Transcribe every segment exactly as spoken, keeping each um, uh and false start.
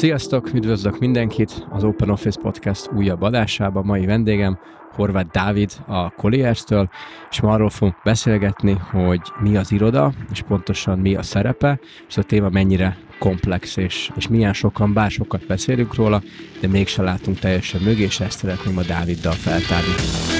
Sziasztok, üdvözlök mindenkit az Open Office Podcast újabb adásában. Mai vendégem Horváth Dávid a Colliers-től, és ma arról fogunk beszélgetni, hogy mi az iroda, és pontosan mi a szerepe, és a téma mennyire komplex, és, és milyen sokan, bár sokat beszélünk róla, de mégsem látunk teljesen mögé, és ezt szeretném a Dáviddal feltárni.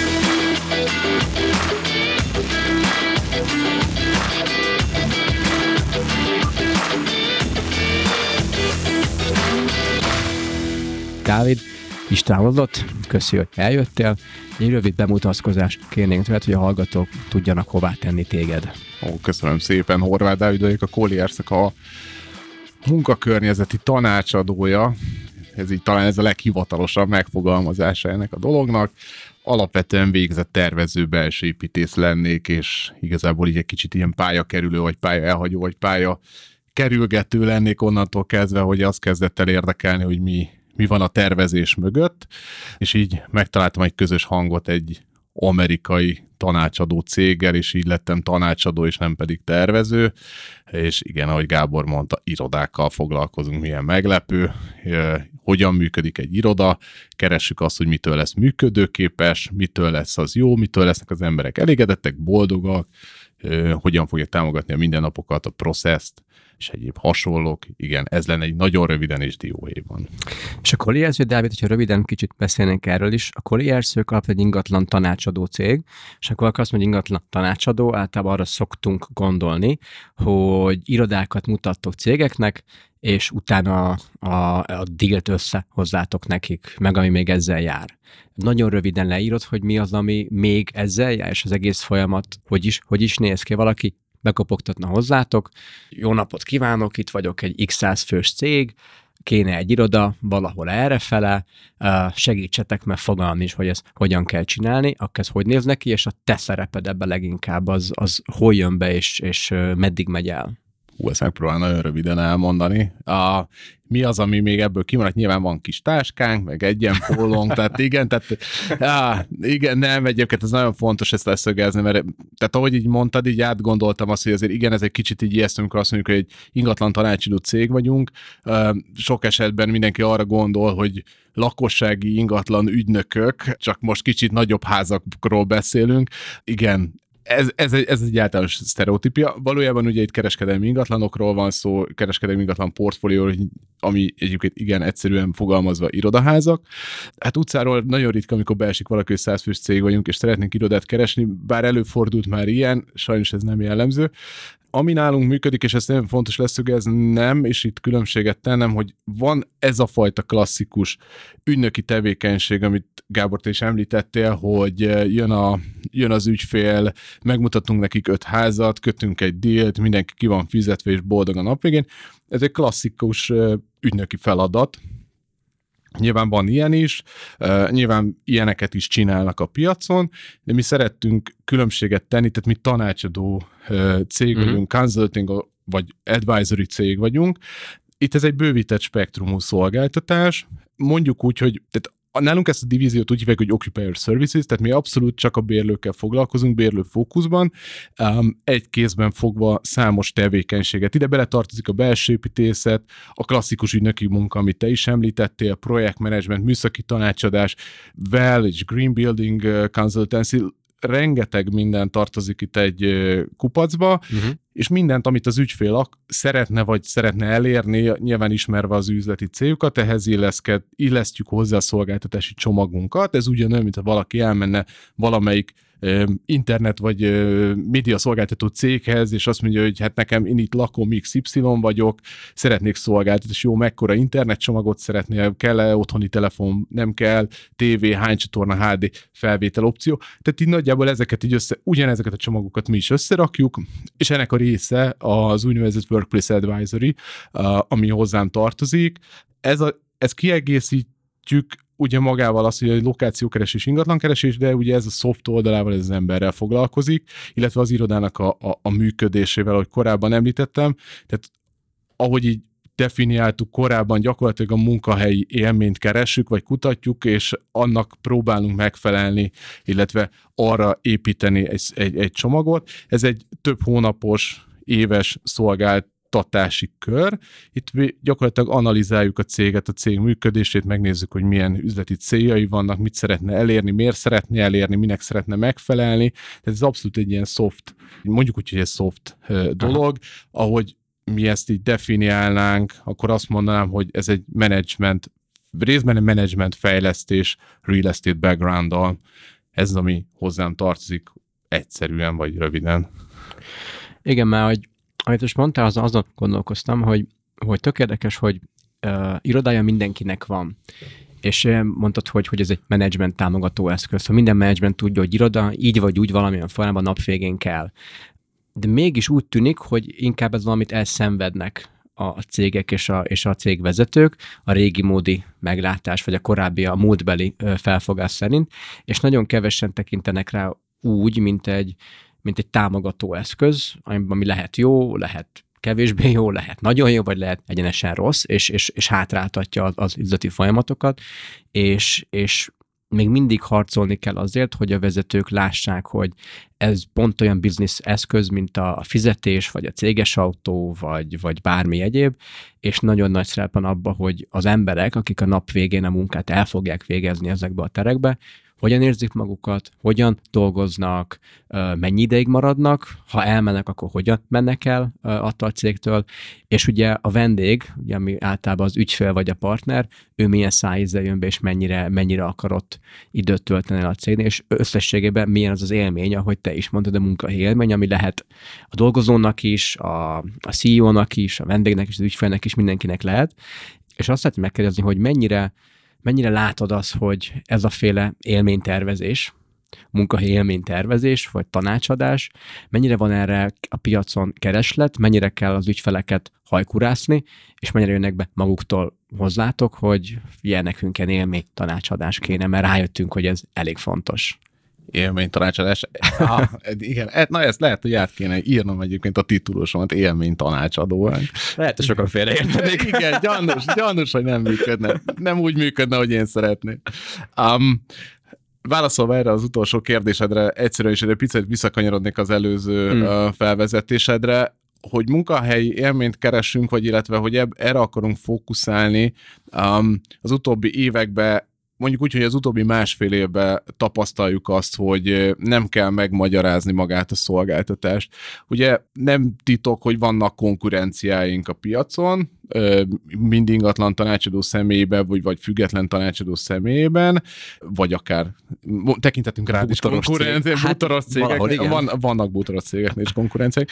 Dávid, Isten áldott, köszi, hogy eljöttél. Egy rövid bemutatkozást kérnénk tőled, hogy a hallgatók tudjanak hová tenni téged. Ó, köszönöm szépen, Horváth Dávid vagyok, a Colliers-nek a munkakörnyezeti tanácsadója. Ez így talán ez a leghivatalosabb megfogalmazása ennek a dolognak. Alapvetően végzett tervező belső építész lennék, és igazából így egy kicsit ilyen pályakerülő, vagy pálya elhagyó, vagy pálya kerülgető lennék onnantól kezdve, hogy azt kezdett el érdekelni, hogy mi mi van a tervezés mögött, és így megtaláltam egy közös hangot egy amerikai tanácsadó céggel, és így lettem tanácsadó, és nem pedig tervező, és igen, ahogy Gábor mondta, irodákkal foglalkozunk, milyen meglepő, hogyan működik egy iroda, keressük azt, hogy mitől lesz működőképes, mitől lesz az jó, mitől lesznek az emberek elégedettek, boldogak, hogyan fogja támogatni a mindennapokat, a processzt, és egyéb hasonlók. Igen, ez lenne egy nagyon röviden és dióhéjban. És a Colliers, Dávid, hogyha röviden kicsit beszélnénk erről is, a Colliers ők alapvetően egy ingatlan tanácsadó cég, és akkor azt mondja, hogy ingatlan tanácsadó, általában arra szoktunk gondolni, hogy irodákat mutattok cégeknek, és utána a, a dílt összehozzátok nekik, meg ami még ezzel jár. Nagyon röviden leírod, hogy mi az, ami még ezzel jár, és az egész folyamat, hogy is, hogy is néz ki. Valaki bekopogtatna hozzátok, jó napot kívánok, itt vagyok egy x száz fős cég, kéne egy iroda valahol errefele, segítsetek, mert fogalmam is, hogy ezt hogyan kell csinálni, akkor ez hogy néz neki, és a te szereped ebbe leginkább, az, az hol jön be, és, és meddig megy el? Hú, ezt megpróbálom nagyon röviden elmondani. A, mi az, ami még ebből kimaradt? Nyilván van kis táskánk, meg egyenpólónk, tehát igen, tehát á, igen, nem, egyébként ez nagyon fontos ezt leszögezni, mert tehát ahogy így mondtad, így átgondoltam azt, hogy azért igen, ez egy kicsit így ijesztő, amikor azt mondjuk, hogy egy ingatlan tanácsadó cég vagyunk. Sok esetben mindenki arra gondol, hogy lakossági ingatlan ügynökök, csak most kicsit nagyobb házakról beszélünk. Igen, Ez, ez, egy, ez egy általános sztereotípia. Valójában ugye itt kereskedelmi ingatlanokról van szó, kereskedelmi ingatlan portfólió, ami egyébként igen egyszerűen fogalmazva irodaházak. Hát utcáról nagyon ritka, amikor beesik valaki, hogy százfős cég vagyunk, és szeretnénk irodát keresni, bár előfordult már ilyen, sajnos ez nem jellemző. Ami nálunk működik, és ez nagyon fontos leszögeznem, és itt különbséget tennem, hogy van ez a fajta klasszikus ügynöki tevékenység, amit Gábor, te is említettél, hogy jön, a, jön az ügyfél, megmutatunk nekik öt házat, kötünk egy dílt, mindenki ki van fizetve, és boldog a nap végén. Ez egy klasszikus ügynöki feladat. Nyilván van ilyen is, uh, nyilván ilyeneket is csinálnak a piacon, de mi szerettünk különbséget tenni, tehát mi tanácsadó uh, cég mm-hmm. vagyunk, consulting vagy advisory cég vagyunk. Itt ez egy bővített spektrumú szolgáltatás. Mondjuk úgy, hogy tehát nálunk ezt a divíziót úgy hívják, hogy Occupier Services, tehát mi abszolút csak a bérlőkkel foglalkozunk, bérlő fókuszban, um, egy kézben fogva számos tevékenységet. Ide beletartozik a belső építészet, a klasszikus ügynöki munka, amit te is említettél, projektmenedzsment, műszaki tanácsadás, well és green building uh, consultancy, rengeteg minden tartozik itt egy kupacba, uh-huh. és mindent, amit az ügyfél szeretne, vagy szeretne elérni, nyilván ismerve az üzleti céljukat, ehhez illeszked, illesztjük hozzá a szolgáltatási csomagunkat. Ez ugyanolyan, mint ha valaki elmenne valamelyik internet vagy média szolgáltató céghez, és azt mondja, hogy hát nekem én itt lakom iksz ipszilon vagyok, szeretnék szolgáltatás, jó, mekkora internetcsomagot szeretnél, kell-e otthoni telefon, nem kell, tévé, hány csatorna, há dé felvétel opció. Tehát így nagyjából ezeket így össze, ugyanezeket a csomagokat mi is összerakjuk, és ennek a része az úgynevezett Workplace Advisory, ami hozzám tartozik. Ez, a, ez kiegészítjük ugye magával az, hogy a lokációkeresés, ingatlankeresés, de ugye ez a soft oldalával, ez az emberrel foglalkozik, illetve az irodának a, a, a működésével, ahogy korábban említettem. Tehát ahogy így definiáltuk korábban, gyakorlatilag a munkahelyi élményt keressük, vagy kutatjuk, és annak próbálunk megfelelni, illetve arra építeni egy, egy, egy csomagot. Ez egy több hónapos, éves szolgált irányítatási kör. Itt gyakorlatilag analizáljuk a céget, a cég működését, megnézzük, hogy milyen üzleti céljai vannak, mit szeretne elérni, miért szeretne elérni, minek szeretne megfelelni. Tehát ez abszolút egy ilyen soft, mondjuk úgy, hogy egy soft dolog, Aha. ahogy mi ezt így definiálnánk, akkor azt mondanám, hogy ez egy management, részben egy management fejlesztés real estate background-dal. Ez az, ami hozzám tartozik egyszerűen, vagy röviden. Igen, mert hogy, amit most mondtál, azon, azon gondolkoztam, hogy, hogy tök érdekes, hogy uh, irodája mindenkinek van. És mondtad, hogy, hogy ez egy menedzsment támogató eszköz. Szóval minden menedzsment tudja, hogy iroda így vagy úgy valamilyen formában nap végén kell. De mégis úgy tűnik, hogy inkább ez valamit elszenvednek a cégek és a, és a cégvezetők a régi módi meglátás, vagy a korábbi, a múltbeli felfogás szerint, és nagyon kevesen tekintenek rá úgy, mint egy, mint egy támogató eszköz, ami lehet jó, lehet kevésbé jó, lehet nagyon jó, vagy lehet egyenesen rossz, és, és, és hátráltatja az, az üzleti folyamatokat, és, és még mindig harcolni kell azért, hogy a vezetők lássák, hogy ez pont olyan biznisz eszköz, mint a fizetés, vagy a céges autó, vagy, vagy bármi egyéb, és nagyon nagy szerep van abban, hogy az emberek, akik a nap végén a munkát el fogják végezni ezekbe a terekbe, hogyan érzik magukat, hogyan dolgoznak, mennyi ideig maradnak, ha elmennek, akkor hogyan mennek el attól a cégtől, és ugye a vendég, ugye, ami általában az ügyfél vagy a partner, ő milyen szájízzel jön be, és mennyire, mennyire akarott időt tölteni a cégnél, és összességében milyen az az élmény, ahogy te is mondtad, a munkahelyi élmény, ami lehet a dolgozónak is, a, a cé e ó-nak is, a vendégnek is, az ügyfélnek is, mindenkinek lehet, és azt lehet megkérdezni, hogy mennyire Mennyire látod azt, hogy ez a féle élménytervezés, munkahelyi élménytervezés, vagy tanácsadás, mennyire van erre a piacon kereslet, mennyire kell az ügyfeleket hajkurászni, és mennyire jönnek be maguktól hozzátok, hogy ilyen nekünk ilyen élmény tanácsadás kéne, mert rájöttünk, hogy ez elég fontos. Élmény tanácsadás. Ah, igen, na ezt lehet, hogy át kéne írnom egyébként a titulusomat, élmény tanácsadó. Lehet, hogy sokan félreértenék. Igen, gyanús, gyanús, hogy nem működne. Nem úgy működne, hogy én szeretném. Um, válaszolva erre az utolsó kérdésedre, egyszerűen is egy picit visszakanyarodnék az előző hmm. uh, felvezetésedre, hogy munkahelyi élményt keresünk, vagy illetve, hogy eb- erre akarunk fókuszálni. Um, az utóbbi években mondjuk úgy, hogy az utóbbi másfél évben tapasztaljuk azt, hogy nem kell megmagyarázni magát a szolgáltatást. Ugye nem titok, hogy vannak konkurenciáink a piacon, mind ingatlan tanácsadó személyében, vagy, vagy független tanácsadó személyében, vagy akár tekintetünk rá is konkurenciák, hát, bútoros cégek, van, vannak bútoros cégeknél is konkurenciák.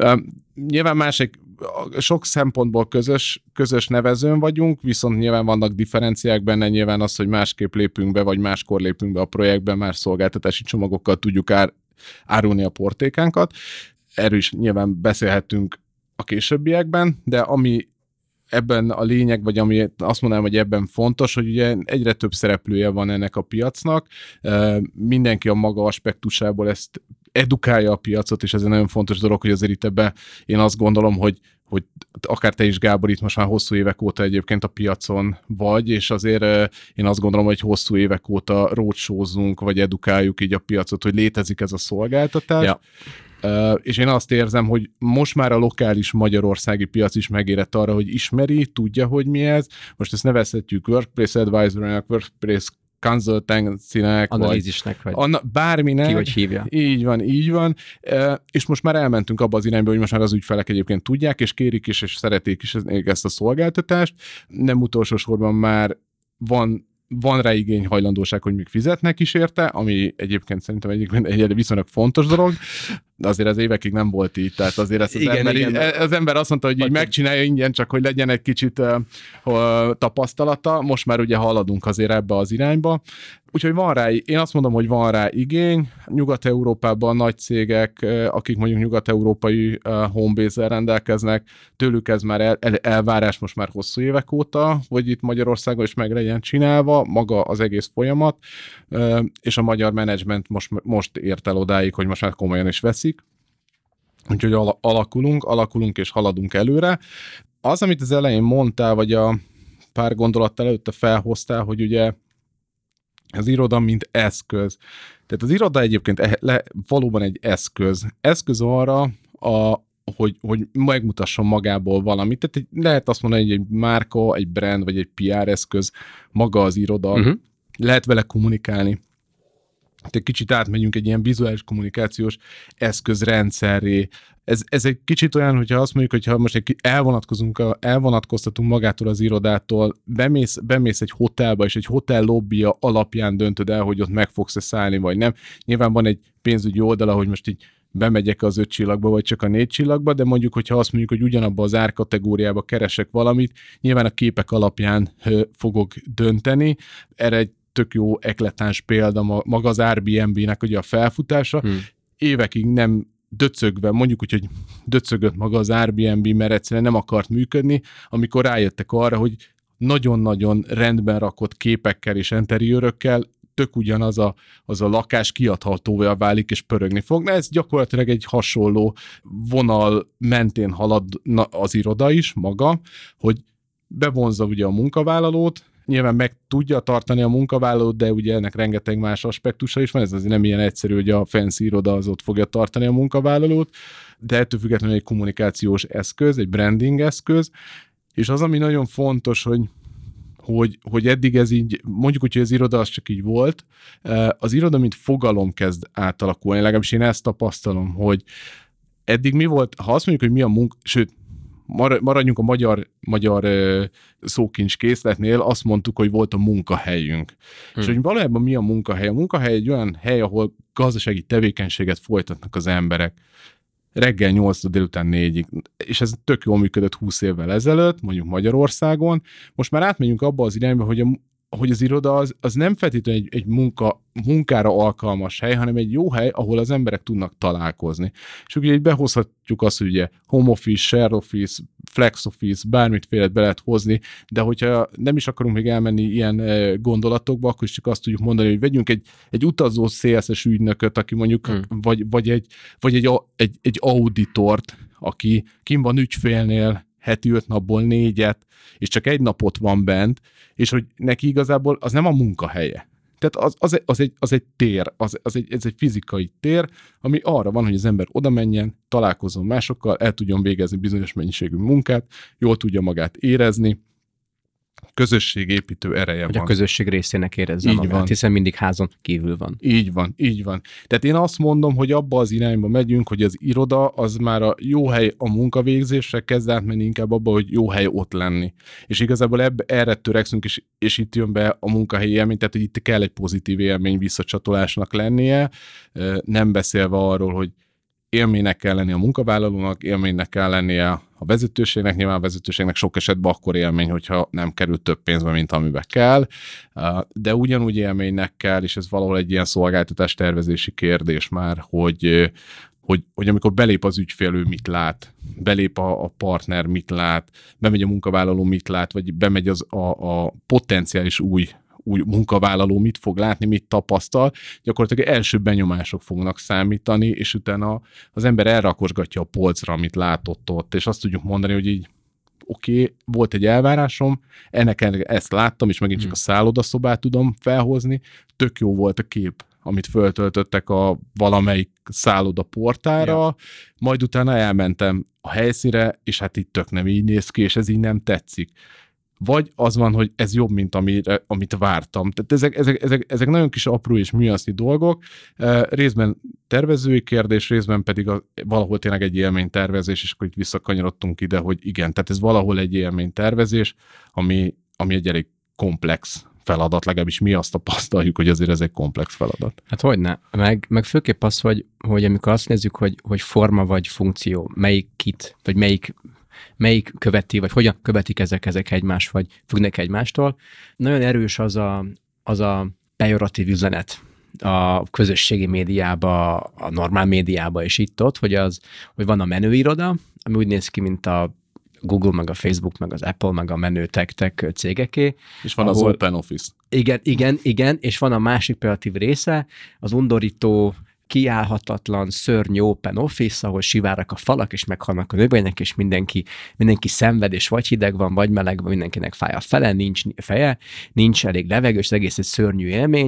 Nyilván másik, sok szempontból közös, közös nevezőn vagyunk, viszont nyilván vannak differenciák benne, nyilván az, hogy másképp lépünk be, vagy máskor lépünk be a projektbe, más szolgáltatási csomagokkal tudjuk ár, árulni a portékánkat. Erről is nyilván beszélhetünk a későbbiekben, de ami ebben a lényeg, vagy ami azt mondanám, hogy ebben fontos, hogy ugye egyre több szereplője van ennek a piacnak, mindenki a maga aspektusából ezt edukálja a piacot, és ez egy nagyon fontos dolog, hogy azért itt ebben én azt gondolom, hogy, hogy akár te is, Gábor, itt most már hosszú évek óta egyébként a piacon vagy, és azért én azt gondolom, hogy hosszú évek óta roadshow-zunk, vagy edukáljuk így a piacot, hogy létezik ez a szolgáltatás. Ja. Uh, és én azt érzem, hogy most már a lokális magyarországi piac is megérett arra, hogy ismeri, tudja, hogy mi ez. Most ezt nevezhetjük Workplace Advisory-nak, Workplace Consultancy-nek, analízisnek, vagy, vagy anna, bárminek. Ki hogy hívja. Így van, így van. Uh, és most már elmentünk abba az irányba, hogy most már az ügyfelek egyébként tudják, és kérik is, és szeretik is ezt a szolgáltatást. Nem utolsó sorban már van van rá igény, hajlandóság, hogy még fizetnek is érte, ami egyébként szerintem egyébként egy viszonylag fontos dolog, de azért az évekig nem volt így, tehát azért ezt az, igen, ember, igen. Így, az ember azt mondta, hogy így megcsinálja ingyen, csak hogy legyen egy kicsit uh, uh, tapasztalata, most már ugye haladunk azért ebbe az irányba, úgyhogy van rá, én azt mondom, hogy van rá igény, Nyugat-Európában nagy cégek, uh, akik mondjuk nyugat-európai uh, homebase-zel rendelkeznek, tőlük ez már el, el, elvárás most már hosszú évek óta, hogy itt Magyarországon is meg legyen csinálva, maga az egész folyamat, uh, és a magyar menedzsment most, most ért el odáig, hogy most már komolyan is veszik. Úgyhogy alakulunk, alakulunk és haladunk előre. Az, amit az elején mondtál, vagy a pár gondolattal előtte felhoztál, hogy ugye az iroda mint eszköz. Tehát az iroda egyébként le, valóban egy eszköz. Eszköz arra, a, hogy, hogy megmutasson magából valamit. Tehát egy, lehet azt mondani, hogy egy márka, egy brand, vagy egy pé er eszköz, maga az iroda, uh-huh. lehet vele kommunikálni. Egy kicsit átmegyünk egy ilyen vizuális kommunikációs eszközrendszerré. Ez, ez egy kicsit olyan, hogyha azt mondjuk, hogyha most egy elvonatkozunk, elvonatkoztatunk magától az irodától, bemész, bemész egy hotelba, és egy hotel lobbija alapján döntöd el, hogy ott meg fogsz-e szállni, vagy nem. Nyilván van egy pénzügyi oldala, hogy most így bemegyek az öt csillagba, vagy csak a négy csillagba, de mondjuk, hogyha azt mondjuk, hogy ugyanabba az árkategóriába keresek valamit, nyilván a képek alapján ö, fogok dönteni. Erre egy tök jó ekletáns példa maga az Airbnb-nek ugye a felfutása. Hmm. Évekig nem döcögve, mondjuk úgy, hogy döcögött maga az Airbnb, mert egyszerűen nem akart működni, amikor rájöttek arra, hogy nagyon-nagyon rendben rakott képekkel és interiőrökkel tök ugyanaz a, az a lakás kiadhatóvá válik és pörögni fog. Na, ez gyakorlatilag egy hasonló vonal mentén halad az iroda is maga, hogy bevonza ugye a munkavállalót, nyilván meg tudja tartani a munkavállalót, de ugye ennek rengeteg más aspektusa is van, ez azért nem ilyen egyszerű, hogy a fancy iroda az ott fogja tartani a munkavállalót, de ettől függetlenül egy kommunikációs eszköz, egy branding eszköz, és az, ami nagyon fontos, hogy Hogy, hogy eddig ez így, mondjuk úgy, hogy az iroda az csak így volt, az iroda mint fogalom kezd átalakulni, legalábbis én ezt tapasztalom, hogy eddig mi volt, ha azt mondjuk, hogy mi a munka, sőt, maradjunk a magyar, magyar szókincs készletnél, azt mondtuk, hogy volt a munkahelyünk. Hmm. És hogy valójában mi a munkahely? A munkahely egy olyan hely, ahol gazdasági tevékenységet folytatnak az emberek. Reggel nyolctól délután négyig, és ez tök jól működött húsz évvel ezelőtt, mondjuk Magyarországon. Most már átmegyünk abba az irányba, hogy, a, hogy az iroda az, az nem feltétlenül egy, egy munka, munkára alkalmas hely, hanem egy jó hely, ahol az emberek tudnak találkozni. És ugye így behozhatjuk azt, hogy ugye home office, share office, flex office, bármitféle be lehet hozni, de hogyha nem is akarunk még elmenni ilyen gondolatokba, akkor is csak azt tudjuk mondani, hogy vegyünk egy, egy utazó cé es es ügynököt, aki mondjuk, hmm. vagy, vagy, egy, vagy egy, egy, egy auditort, aki kim van ügyfélnél, heti öt napból négyet, és csak egy napot van bent, és hogy neki igazából az nem a munkahelye. Tehát az, az, az, egy, az egy tér, az, az egy, ez egy fizikai tér, ami arra van, hogy az ember oda menjen, találkozzon másokkal, el tudjon végezni bizonyos mennyiségű munkát, jól tudja magát érezni, közösségépítő ereje hogy van. A közösség részének érezze így magát, van. Hiszen mindig házon kívül van. Így van, így van. Tehát én azt mondom, hogy abba az irányba megyünk, hogy az iroda az már a jó hely a munkavégzésre, kezd átmenni inkább abba, hogy jó hely ott lenni. És igazából ebbe, erre törekszünk, és, és itt jön be a munkahelyi élmény, tehát hogy itt kell egy pozitív élmény visszacsatolásnak lennie, nem beszélve arról, hogy élménynek kell lennie a munkavállalónak, élménynek kell lennie a vezetőségnek, nyilván a vezetőségnek sok esetben akkor élmény, hogyha nem kerül több pénzbe, mint amibe kell, de ugyanúgy élménynek kell, és ez valahol egy ilyen szolgáltatás tervezési kérdés már, hogy, hogy, hogy amikor belép az ügyfél, ő mit lát, belép a, a partner, mit lát, bemegy a munkavállaló, mit lát, vagy bemegy az a, a potenciális új új munkavállaló mit fog látni, mit tapasztal, gyakorlatilag első benyomások fognak számítani, és utána az ember elrakosgatja a polcra, amit látott ott, és azt tudjuk mondani, hogy így oké, okay, volt egy elvárásom, ennek ezt láttam, és megint csak a szállodaszobát tudom felhozni, tök jó volt a kép, amit föltöltöttek a valamelyik szálloda portára, yeah. Majd utána elmentem a helyszínre, és hát itt tök nem így néz ki, és ez így nem tetszik. Vagy az van, hogy ez jobb, mint amire, amit vártam. Tehát ezek, ezek, ezek, ezek nagyon kis apró és műasznyi dolgok, részben tervezői kérdés, részben pedig a, valahol tényleg egy élménytervezés, és akkor itt visszakanyarodtunk ide, hogy igen, tehát ez valahol egy élménytervezés, ami, ami egy elég komplex feladat, legalábbis mi azt tapasztaljuk, hogy azért ez egy komplex feladat. Hát hogyne, meg, meg főképp az, hogy, hogy amikor azt nézzük, hogy, hogy forma vagy funkció, melyik kit, vagy melyik melyik követi, vagy hogyan követik ezek, ezek egymást, vagy függnek egymástól. Nagyon erős az a, az a pejoratív üzenet a közösségi médiába, a normál médiába és itt-ott, hogy, az, hogy van a menőiroda, ami úgy néz ki, mint a Google, meg a Facebook, meg az Apple, meg a menő tech-tech cégeké. És van ahol, az Open Office. Igen, igen, igen, és van a másik pejoratív része, az undorító, kiállhatatlan, szörnyű open office, ahol sivárak a falak, és meghalnak a növények, és mindenki, mindenki szenved, és vagy hideg van, vagy meleg van, mindenkinek fáj a fele, nincs feje, nincs elég levegő, és az egész egy szörnyű élmény,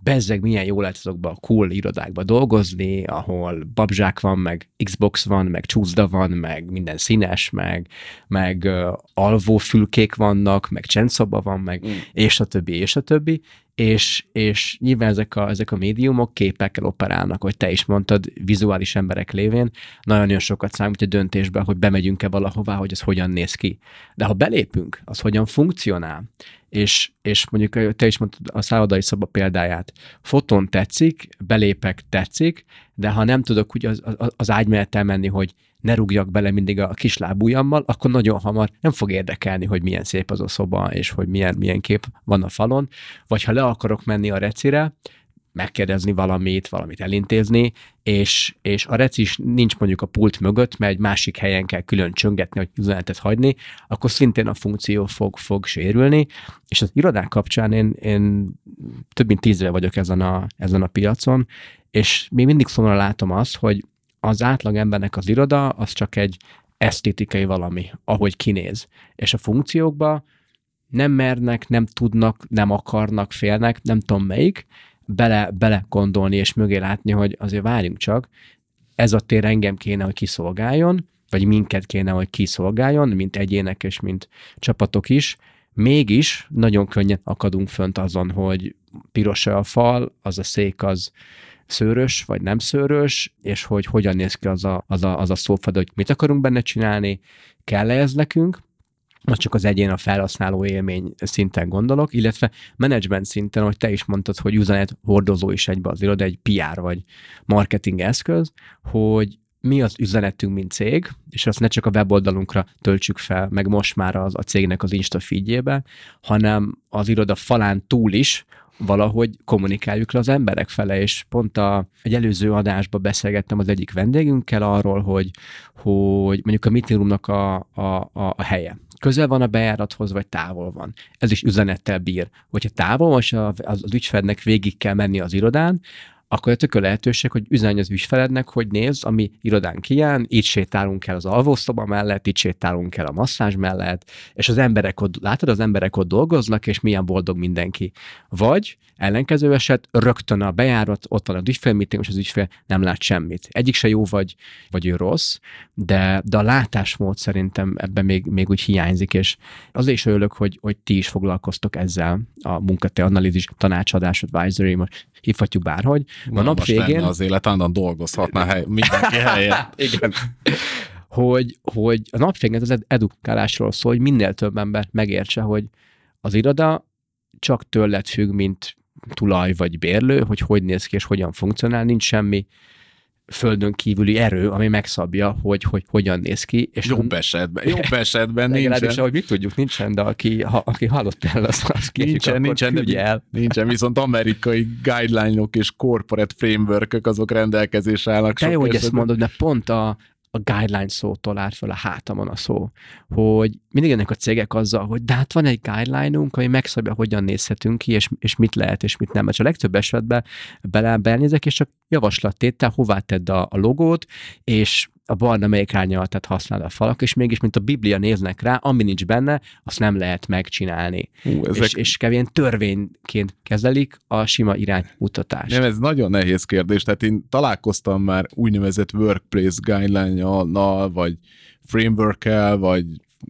bezzeg milyen jó lehet azokban a cool irodákba dolgozni, ahol babzsák van, meg Xbox van, meg csúszda van, meg minden színes, meg, meg uh, alvófülkék vannak, meg csendszoba van, meg mm. és a többi, és a többi. És, és nyilván ezek a, ezek a médiumok képekkel operálnak, hogy te is mondtad, vizuális emberek lévén nagyon-nagyon sokat számít a döntésben, hogy bemegyünk-e valahová, hogy ez hogyan néz ki. De ha belépünk, az hogyan funkcionál, és, és mondjuk te is mondtad a szállodai szoba példáját, fotón tetszik, belépek tetszik, de ha nem tudok úgy az, az, az ágy mellett elmenni, hogy ne rúgjak bele mindig a kis lábujjammal, akkor nagyon hamar nem fog érdekelni, hogy milyen szép az a szoba, és hogy milyen, milyen kép van a falon, vagy ha le akarok menni a recire, megkérdezni valamit, valamit elintézni, és, és a reci is nincs mondjuk a pult mögött, mert egy másik helyen kell külön csöngetni, hogy üzenetet hagyni, akkor szintén a funkció fog, fog sérülni, és az irodák kapcsán én, én több mint tíz éve vagyok ezen a, ezen a piacon, és még mindig szomorúan látom azt, hogy az átlag embernek az iroda, az csak egy esztétikai valami, ahogy kinéz. És a funkciókba nem mernek, nem tudnak, nem akarnak, félnek, nem tudom melyik, bele, bele gondolni és mögé látni, hogy azért várjunk csak, ez a tér engem kéne, hogy kiszolgáljon, vagy minket kéne, hogy kiszolgáljon, mint egyének és mint csapatok is. Mégis nagyon könnyen akadunk fönt azon, hogy piros a fal, az a szék az szőrös, vagy nem szőrös, és hogy hogyan néz ki az a, az a, az a szófa, hogy mit akarunk benne csinálni, kell-e ez nekünk, most csak az egyén a felhasználó élmény szinten gondolok, illetve menedzsment szinten, hogy te is mondtad, hogy üzenet hordozó is egybe az iroda, egy pé er vagy marketing eszköz, hogy mi az üzenetünk, mint cég, és azt ne csak a weboldalunkra töltsük fel, meg most már az, a cégnek az Insta feedjébe, hanem az iroda falán túl is valahogy kommunikáljuk le az emberek fele, és pont a, egy előző adásban beszélgettem az egyik vendégünkkel arról, hogy, hogy mondjuk a meeting roomnak a, a, a, a helye. Közel van a bejárathoz, vagy távol van. Ez is üzenettel bír. Hogyha távol van, és az, az ügyfelednek végig kell menni az irodán, akkor tök a lehetőség, hogy üzenj az ügyfelednek, hogy nézd, ami irodánk ilyen, itt sétálunk el az alvószoba mellett, itt sétálunk el a masszázs mellett, és az emberek ott, látod, az emberek ott dolgoznak, és milyen boldog mindenki. Vagy ellenkező eset, rögtön a bejárat, ott van az ügyfélmeeting, és az ügyfél nem lát semmit. Egyik se jó, vagy, vagy ő rossz, de, de a látásmód szerintem ebben még, még úgy hiányzik, és azért is örülök, hogy, hogy ti is foglalkoztok ezzel a munkate analízis, tanácsadás, advisory, most hívhatjuk bárhogy. A nap végén... az élet, állandóan dolgozhatna hely, mindenki helyen. Igen. Hogy, hogy a nap végén az edukálásról szól, hogy minél több ember megértse, hogy az iroda csak tőled függ, mint tulaj vagy bérlő, hogy hogy néz ki és hogyan funkcionál, nincs semmi földön kívüli erő, ami megszabja, hogy, hogy hogyan néz ki. És jobb esetben, jobb esetben nincsen. Legalábbis, ahogy mit tudjuk, nincsen, de aki, ha, aki hallott el, az, az kérjük, nincsen, nincsen, küldje el. Nincsen, viszont amerikai guideline-ok és corporate framework-ök azok rendelkezésre állnak. Te jó, hogy ezt mondod, de pont a a guideline szótól állt fel a hátamon a szó, hogy mindig ennek a cégek azzal, hogy de hát van egy guideline-unk, ami megszabja, hogyan nézhetünk ki, és, és mit lehet, és mit nem. Mert a legtöbb esetben bele, belenézek, és csak javaslattétel, hová tedd a, a logót, és a barna melyik árnyalatot használ a falak, és mégis, mint a Biblia néznek rá, ami nincs benne, azt nem lehet megcsinálni. Hú, ezek... És, és kevén törvényként kezelik a sima iránymutatást. Nem, ez nagyon nehéz kérdés. Tehát én találkoztam már úgynevezett workplace guideline-nal, vagy framework-el, vagy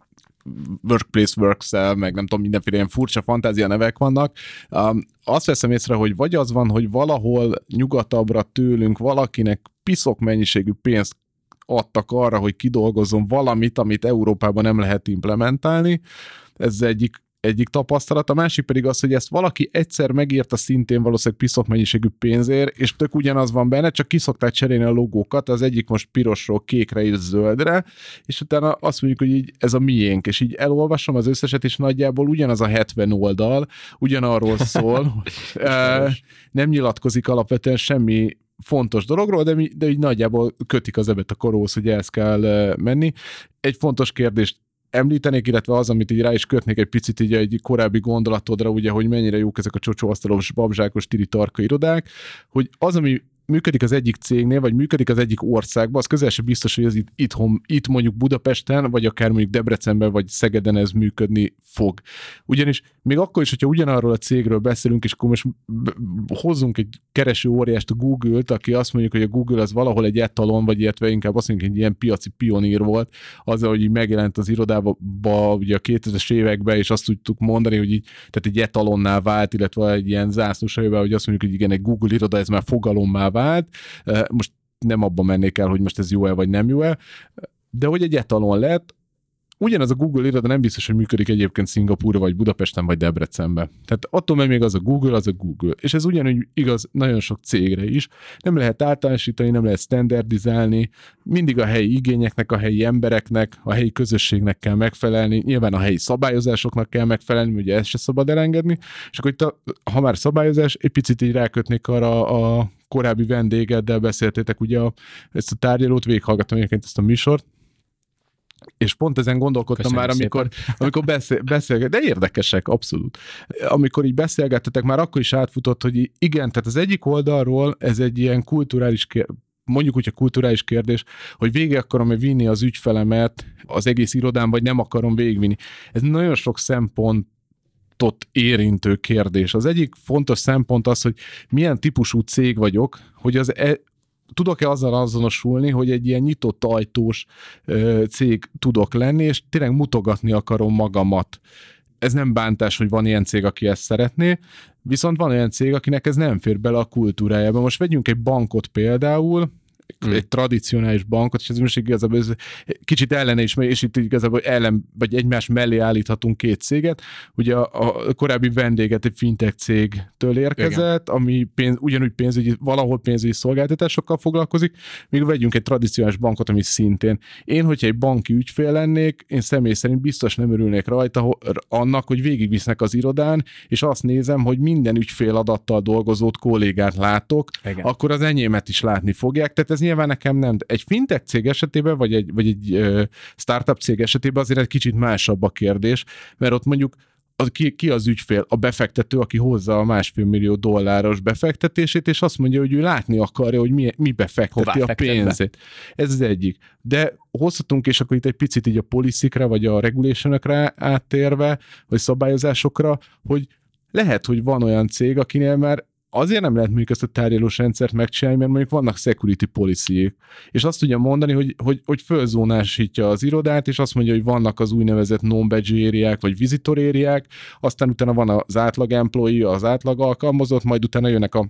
workplace works-el, meg nem tudom, mindenféle ilyen furcsa fantázia nevek vannak. Um, azt veszem észre, hogy vagy az van, hogy valahol nyugatabbra tőlünk valakinek piszok mennyiségű pénzt adtak arra, hogy kidolgozzon valamit, amit Európában nem lehet implementálni. Ez egyik, egyik tapasztalat. A másik pedig az, hogy ezt valaki egyszer megírta szintén valószínűleg piszok mennyiségű pénzért, és tök ugyanaz van benne, csak kiszokták cserélni a logókat, az egyik most pirosról kékre és zöldre, és utána azt mondjuk, hogy így ez a miénk, és így elolvasom az összeset, és nagyjából ugyanaz a hetven oldal, ugyanarról szól, nem nyilatkozik alapvetően semmi fontos dologról, de, mi, de így nagyjából kötik az ebet a koróhoz, hogy ezt kell menni. Egy fontos kérdést említenék, illetve az, amit így rá is kötnék egy picit így egy korábbi gondolatodra, ugye, hogy mennyire jók ezek a csocsóasztalos, babzsákos, tiri tarka irodák, hogy az, ami működik az egyik cégnél, vagy működik az egyik országban, az közel sem biztos, hogy ez itt, itthon, itt mondjuk Budapesten, vagy akár mondjuk Debrecenben, vagy Szegeden ez működni fog. Ugyanis még akkor is, hogyha ugyanarról a cégről beszélünk, és akkor most hozzunk egy kereső óriást, a Google-t, aki azt mondjuk, hogy a Google az valahol egy etalon, vagy illetve inkább azt mondjuk, egy ilyen piaci pionír volt, azzal, hogy így megjelent az irodába ugye a kétezres években, és azt tudtuk mondani, hogy így, tehát egy etalonnál vált, illetve egy ilyen zászlósajában, hogy azt mondjuk, hogy igen, egy Google iroda, ez már fogalommá vált. Most nem abban mennék el, hogy most ez jó-e, vagy nem jó-e, de hogy egy etalon lett. Ugyanaz a Google iroda nem biztos, hogy működik egyébként Szingapúra, vagy Budapesten, vagy Debrecenben. Tehát attól, mert még az a Google, az a Google. És ez ugyanúgy igaz nagyon sok cégre is. Nem lehet általánosítani, nem lehet standardizálni, mindig a helyi igényeknek, a helyi embereknek, a helyi közösségnek kell megfelelni, nyilván a helyi szabályozásoknak kell megfelelni, ugye ezt se szabad elengedni, és akkor itt, a, ha már szabályozás, egy picit így rákötnék arra a korábbi vendégeddel beszéltétek, ugye a, ezt a tárgyalót, végighallgattam egyébként ezt a műsort, és pont ezen gondolkodtam Köszönjük már, amikor, amikor beszél, beszélget, de érdekesek, abszolút. Amikor így beszélgettetek, már akkor is átfutott, hogy igen, tehát az egyik oldalról ez egy ilyen kulturális kérdés, mondjuk úgy a kulturális kérdés, hogy végig akarom-e vinni az ügyfelemet az egész irodán, vagy nem akarom végigvinni. Ez nagyon sok szempont tot érintő kérdés. Az egyik fontos szempont az, hogy milyen típusú cég vagyok, hogy az e- tudok-e azzal azonosulni, hogy egy ilyen nyitott ajtós ö, cég tudok lenni, és tényleg mutogatni akarom magamat. Ez nem bántás, hogy van ilyen cég, aki ezt szeretné, viszont van olyan cég, akinek ez nem fér bele a kultúrájába. Most vegyünk egy bankot például, Hmm. egy tradicionális bankot, és ez most igazából ez kicsit ellene is, és itt igazából ellen, vagy egymás mellé állíthatunk két céget. Ugye a, a korábbi vendéget egy fintech cégtől érkezett, igen, ami pénz, ugyanúgy pénzügyi, valahol pénzügyi szolgáltatásokkal foglalkozik, míg vegyünk egy tradicionális bankot, ami szintén. Én, hogyha egy banki ügyfél lennék, én személy szerint biztos nem örülnék rajta annak, hogy végigvisznek az irodán, és azt nézem, hogy minden ügyfél adattal dolgozót, kollégát látok, igen, akkor az enyémet is látni fogják. Tehát ez nyilván nekem nem. Egy fintech cég esetében, vagy egy, vagy egy uh, startup cég esetében azért egy kicsit másabb a kérdés, mert ott mondjuk az, ki, ki az ügyfél? A befektető, aki hozza a másfél millió dolláros befektetését, és azt mondja, hogy ő látni akarja, hogy mi, mi befekteti a pénzét. Ez az egyik. De hozhatunk, és akkor itt egy picit így a policy-kre, vagy a regulation-ökre áttérve, vagy szabályozásokra, hogy lehet, hogy van olyan cég, akinél már azért nem lehet mondjuk ezt a tárgyalós rendszert megcsinálni, mert mondjuk vannak security policy-ék. És azt tudja mondani, hogy, hogy, hogy fölzónásítja az irodát, és azt mondja, hogy vannak az úgynevezett non-badge ériák, vagy visitor ériák, aztán utána van az átlag employee, az átlag alkalmazott, majd utána jönnek a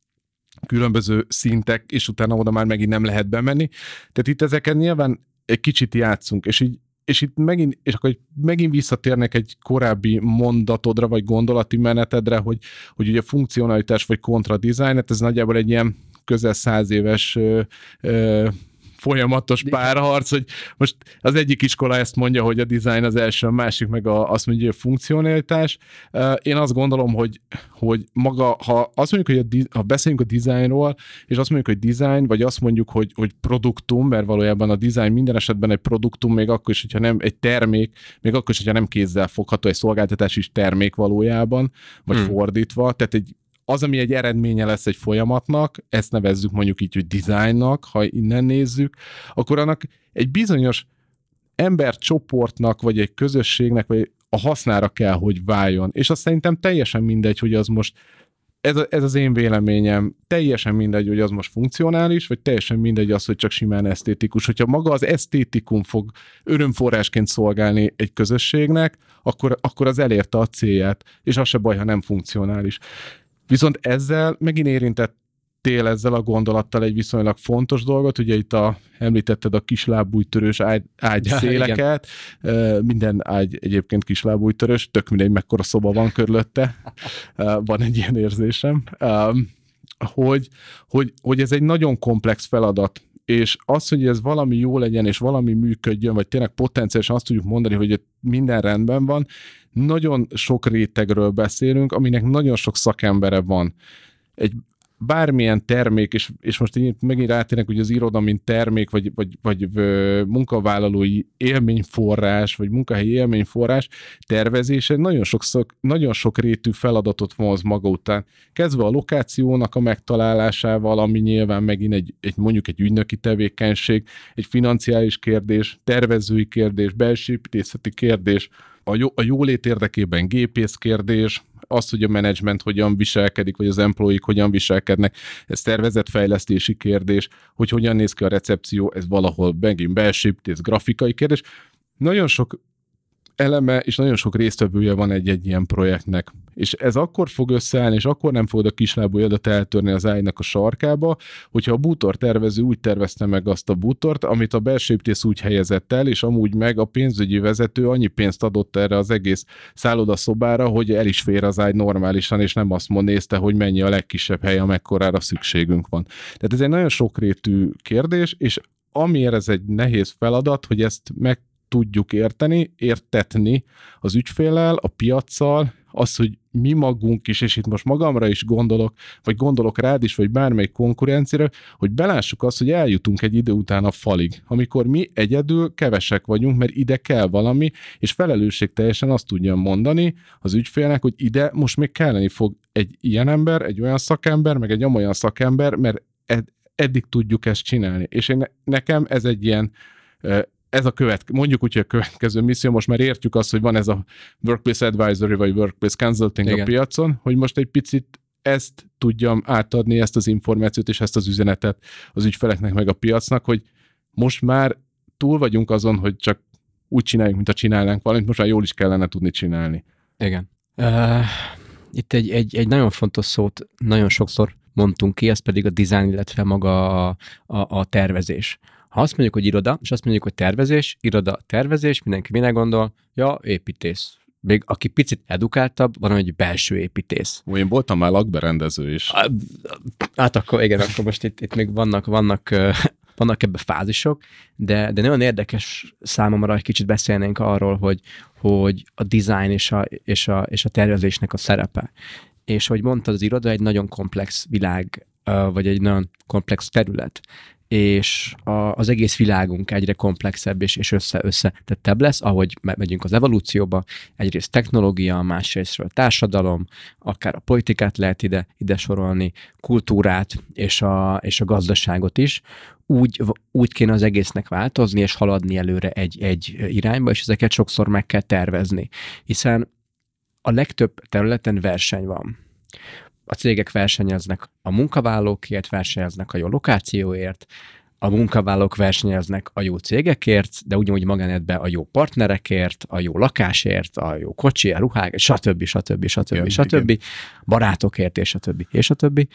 különböző szintek, és utána oda már megint nem lehet bemenni. Tehát itt ezeken nyilván egy kicsit játszunk, és így és itt megint, és akkor megint visszatérnek egy korábbi mondatodra, vagy gondolati menetedre, hogy, hogy ugye funkcionalitás, vagy kontra design, ez nagyjából egy ilyen közel száz éves ö, ö, folyamatos párharc, hogy most az egyik iskola ezt mondja, hogy a design az első, a másik meg a, azt mondja, hogy a funkcionalitás. Én azt gondolom, hogy, hogy maga, ha azt mondjuk, hogy a, ha beszélünk a designról, és azt mondjuk, hogy design, vagy azt mondjuk, hogy, hogy produktum, mert valójában a design minden esetben egy produktum, még akkor is, hogyha nem egy termék, még akkor is, hogyha nem kézzel fogható, egy szolgáltatás is termék valójában, vagy hmm. fordítva, tehát egy az, ami egy eredménye lesz egy folyamatnak, ezt nevezzük mondjuk így, hogy designnak, ha innen nézzük, akkor annak egy bizonyos embercsoportnak, vagy egy közösségnek, vagy a hasznára kell, hogy váljon. És azt szerintem teljesen mindegy, hogy az most, ez, a, ez az én véleményem, teljesen mindegy, hogy az most funkcionális, vagy teljesen mindegy az, hogy csak simán esztétikus. Hogyha maga az esztétikum fog örömforrásként szolgálni egy közösségnek, akkor, akkor az elérte a célját, és az se baj, ha nem funkcionális. Viszont ezzel megint érintettél ezzel a gondolattal egy viszonylag fontos dolgot, ugye itt a, említetted a kislábújtörős ágy, ágy ja, széleket, igen. Minden ágy egyébként kislábújtörős, tök mindegy, mekkora szoba van körülötte, van egy ilyen érzésem, hogy, hogy, hogy ez egy nagyon komplex feladat, és az, hogy ez valami jó legyen, és valami működjön, vagy tényleg potenciálisan azt tudjuk mondani, hogy minden rendben van, nagyon sok rétegről beszélünk, aminek nagyon sok szakembere van. Egy bármilyen termék, és, és most én megint rátérnek, hogy az iroda, mint termék, vagy, vagy, vagy munkavállalói élményforrás, vagy munkahelyi élményforrás tervezése nagyon sok, szak, nagyon sok rétű feladatot vonz maga után. Kezdve a lokációnak a megtalálásával, ami nyilván megint egy, egy mondjuk egy ügynöki tevékenység, egy financiális kérdés, tervezői kérdés, belső építészeti kérdés, a, jó, a jólét érdekében gépész kérdés, az, hogy a menedzsment hogyan viselkedik, vagy az employee hogyan viselkednek, ez szervezetfejlesztési kérdés, hogy hogyan néz ki a recepció, ez valahol megint belső építész, grafikai kérdés. Nagyon sok eleme és nagyon sok résztvevője van egy-egy ilyen projektnek. És ez akkor fog összeállni, és akkor nem fogod a kislábújadat eltörni az ágynak a sarkába, hogyha a bútor tervező úgy tervezte meg azt a bútort, amit a belső építész úgy helyezett el, és amúgy meg a pénzügyi vezető annyi pénzt adott erre az egész szállodaszobára, hogy el is fér az ágy normálisan, és nem azt mond nézte, hogy mennyi a legkisebb hely, amekkorára szükségünk van. Tehát ez egy nagyon sokrétű kérdés, és amiért ez egy nehéz feladat, hogy ezt meg tudjuk érteni, értetni az ügyféllel, a piaccal, az, hogy mi magunk is, és itt most magamra is gondolok, vagy gondolok rád is, vagy bármelyik konkurenciára, hogy belássuk azt, hogy eljutunk egy idő után a falig, amikor mi egyedül kevesek vagyunk, mert ide kell valami, és felelősségteljesen azt tudjam mondani az ügyfélnek, hogy ide most még kelleni fog egy ilyen ember, egy olyan szakember, meg egy amolyan szakember, mert ed- eddig tudjuk ezt csinálni. És én, nekem ez egy ilyen ez a követ, mondjuk úgy, hogy a következő misszió, most már értjük azt, hogy van ez a Workplace Advisory vagy Workplace Consulting Igen. a piacon, hogy most egy picit ezt tudjam átadni, ezt az információt és ezt az üzenetet az ügyfeleknek meg a piacnak, hogy most már túl vagyunk azon, hogy csak úgy csináljuk, mint a csinálnánk valamit, most már jól is kellene tudni csinálni. Igen. Uh, itt egy, egy, egy nagyon fontos szót nagyon sokszor mondtunk ki, ez pedig a design, illetve maga a, a, a tervezés. Ha azt mondjuk, hogy iroda, és azt mondjuk, hogy tervezés, iroda, tervezés, mindenki mire gondol? Ja, építész. Még aki picit edukáltabb, van, hogy belső építész. Ó, én voltam már lakberendező is. Hát akkor igen, akkor most itt, itt még vannak, vannak, vannak ebbe fázisok, de, de nagyon érdekes számomra, hogy kicsit beszélnénk arról, hogy, hogy a design és a, és, a, és a tervezésnek a szerepe. És hogy mondtad, az iroda egy nagyon komplex világ, vagy egy nagyon komplex terület, és a, az egész világunk egyre komplexebb és, és össze-összetettebb lesz, ahogy megyünk az evolúcióba, egyrészt technológia, másrésztről társadalom, akár a politikát lehet ide, ide sorolni, kultúrát és a, és a gazdaságot is. Úgy, úgy kéne az egésznek változni és haladni előre egy, egy irányba, és ezeket sokszor meg kell tervezni, hiszen a legtöbb területen verseny van. A cégek versenyeznek a munkavállalókért, versenyeznek a jó lokációért, a munkavállalók versenyeznek a jó cégekért, de ugyanúgy magánéletben a jó partnerekért, a jó lakásért, a jó kocsi, a ruhák, stb. stb. stb. Igen, stb. Igen. Barátokért, és a többi, és a többi.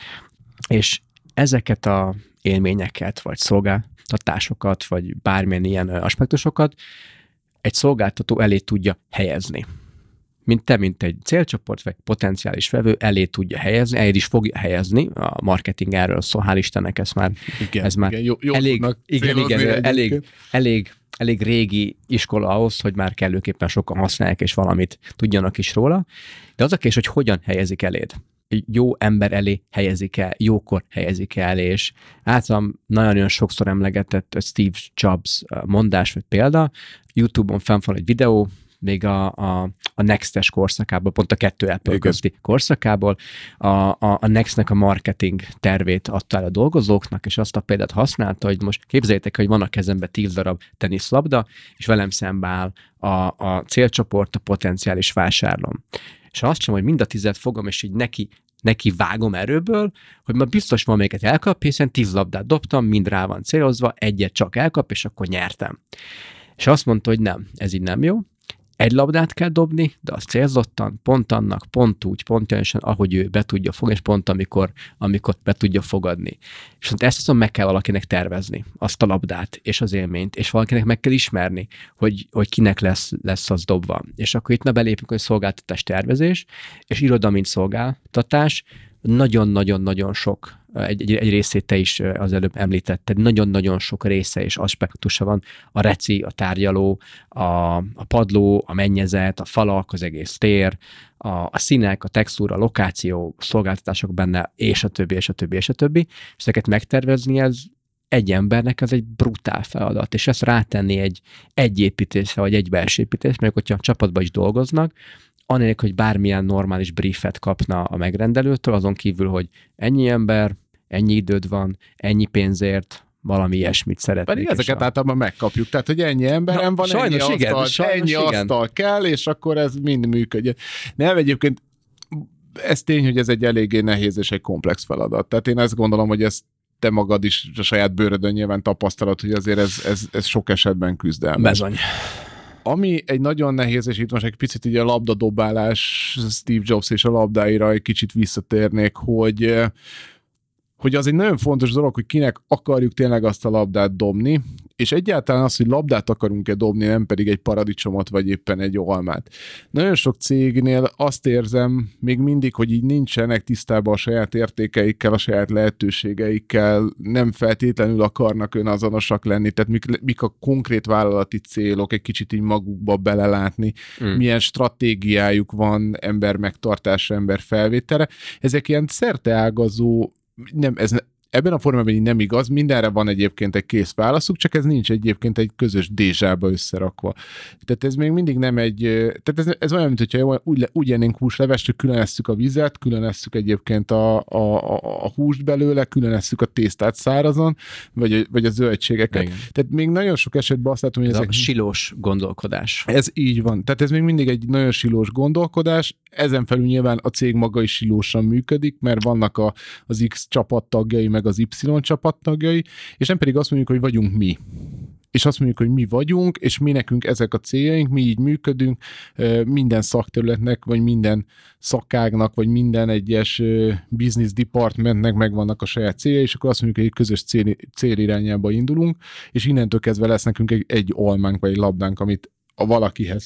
És ezeket a élményeket, vagy szolgáltatásokat, vagy bármilyen ilyen aspektusokat egy szolgáltató elé tudja helyezni. Mint te, mint egy célcsoport, vagy potenciális vevő elé tudja helyezni, elé is fogja helyezni, a marketing erről szól, hál' Istennek ez már, igen, ez már igen, jó, jó elég, igen, igen, elég, elég, elég régi iskola ahhoz, hogy már kellőképpen sokan használják, és valamit tudjanak is róla. De az a kérdés, hogy hogyan helyezik eléd. Jó ember elé helyezik el, jókor helyezik el, és általában nagyon-nagyon sokszor emlegetett Steve Jobs mondás, vagy példa. YouTube-on fenn van egy videó, még a, a, a Next-es korszakából, pont a kettő Apple közti korszakából, a, a, a Next-nek a marketing tervét adta el a dolgozóknak, és azt a példát használta, hogy most képzeljétek, hogy van a kezemben tíz darab teniszlabda, és velem szembe áll a, a célcsoport, a potenciális vásárlóm. És azt sem, hogy mind a tizet fogom, és így neki, neki vágom erőből, hogy ma biztos van melyiket elkap, hiszen tíz labdát dobtam, mind rá van célozva, egyet csak elkap, és akkor nyertem. És azt mondta, hogy nem, ez így nem jó. Egy labdát kell dobni, de az célzottan, pont annak, pont úgy, pont olyansan, ahogy ő be tudja fogni, és pont amikor, amikor be tudja fogadni. És ezt azon meg kell valakinek tervezni, azt a labdát, és az élményt, és valakinek meg kell ismerni, hogy, hogy kinek lesz, lesz az dobva. És akkor itt na belépünk, hogy szolgáltatás tervezés, és iroda, mint szolgáltatás, nagyon-nagyon-nagyon sok, egy, egy, egy részét te is az előbb említetted, nagyon-nagyon sok része és aspektusa van. A reci, a tárgyaló, a, a padló, a mennyezet, a falak, az egész tér, a, a színek, a textúra, a lokáció, szolgáltatások benne, és a többi, és a többi, és a többi. És ezeket megtervezni, ez egy embernek ez egy brutál feladat, és ezt rátenni egy, egy építésre, vagy egy belső építésre, mert hogyha a csapatban is dolgoznak, anélkül, hogy bármilyen normális briefet kapna a megrendelőtől, azon kívül, hogy ennyi ember, ennyi időd van, ennyi pénzért, valami ilyesmit szeretnék. Pedig ezeket a... általában megkapjuk, tehát hogy ennyi emberem van, sajnos ennyi igen, asztal, sajnos ennyi igen. asztal kell, és akkor ez mind működjön. Nem, egyébként ez tény, hogy ez egy eléggé nehéz és egy komplex feladat. Tehát én ezt gondolom, hogy ezt te magad is a saját bőrödön nyilván tapasztalat, hogy azért ez, ez, ez sok esetben küzdelmes. Bezony. Ami egy nagyon nehéz, és itt most egy picit így a labdadobálás, Steve Jobs és a labdáira egy kicsit visszatérnék, hogy, hogy az egy nagyon fontos dolog, hogy kinek akarjuk tényleg azt a labdát dobni, és egyáltalán az, hogy labdát akarunk-e dobni, nem pedig egy paradicsomot, vagy éppen egy almát. Nagyon sok cégnél azt érzem még mindig, hogy így nincsenek tisztában a saját értékeikkel, a saját lehetőségeikkel, nem feltétlenül akarnak önazonosak lenni, tehát mik, mik a konkrét vállalati célok, egy kicsit így magukba belelátni, mm. milyen stratégiájuk van ember megtartása, ember felvétele. Ezek ilyen szerteágazó, nem, ez ebben a formában így nem igaz, mindenre van egyébként egy kész válaszuk, csak ez nincs egyébként egy közös dézsába összerakva. Tehát ez még mindig nem egy, tehát ez, ez olyan, mint hogyha úgy, úgy ennénk húslevest, hogy különesszük a vizet, különesszük egyébként a, a, a, a húst belőle, különesszük a tésztát szárazon, vagy, vagy a zöldségeket. Igen. Tehát még nagyon sok esetben azt látom, hogy ez ezek... a silós gondolkodás. Ez így van. Tehát ez még mindig egy nagyon silós gondolkodás. Ezen felül nyilván a cég maga is silósan működik, mert vannak a, az X csapattagjai, meg az Y csapattagjai, és nem pedig azt mondjuk, hogy vagyunk mi. És azt mondjuk, hogy mi vagyunk, és mi nekünk ezek a céljaink, mi így működünk, minden szakterületnek, vagy minden szakágnak, vagy minden egyes business departmentnek megvannak a saját célja, és akkor azt mondjuk, hogy egy közös cél, cél irányába indulunk, és innentől kezdve lesz nekünk egy, egy almánk, vagy egy labdánk, amit a valakihez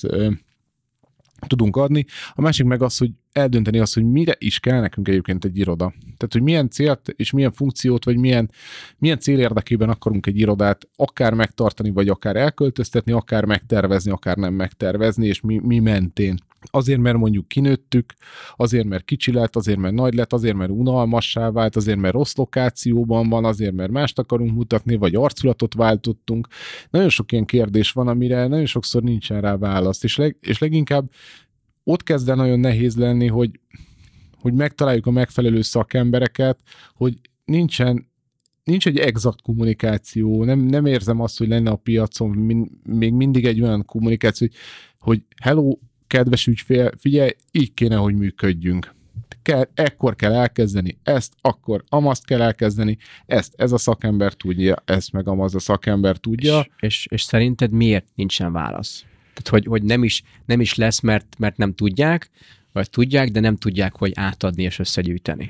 tudunk adni. A másik meg az, hogy eldönteni azt, hogy mire is kell nekünk egyébként egy iroda. Tehát, hogy milyen célt és milyen funkciót, vagy milyen, milyen cél érdekében akarunk egy irodát akár megtartani, vagy akár elköltöztetni, akár megtervezni, akár nem megtervezni, és mi, mi mentén. Azért, mert mondjuk kinőttük, azért, mert kicsi lett, azért, mert nagy lett, azért, mert unalmassá vált, azért, mert rossz lokációban van, azért, mert mást akarunk mutatni, vagy arculatot váltottunk. Nagyon sok ilyen kérdés van, amire nagyon sokszor nincsen rá válasz, és, leg, és leginkább ott kezd el nagyon nehéz lenni, hogy, hogy megtaláljuk a megfelelő szakembereket, hogy nincsen nincs egy exakt kommunikáció, nem, nem érzem azt, hogy lenne a piacon min, még mindig egy olyan kommunikáció, hogy, hogy hello, kedves ügyfél, figyelj, így kéne, hogy működjünk. Kell, ekkor kell elkezdeni ezt, akkor amazt kell elkezdeni, ezt ez a szakember tudja, ezt meg amaz a szakember tudja. És, és, és szerinted miért nincsen válasz? Tehát, hogy, hogy nem, is, nem is lesz, mert, mert nem tudják, vagy tudják, de nem tudják, hogy átadni és összegyűjteni.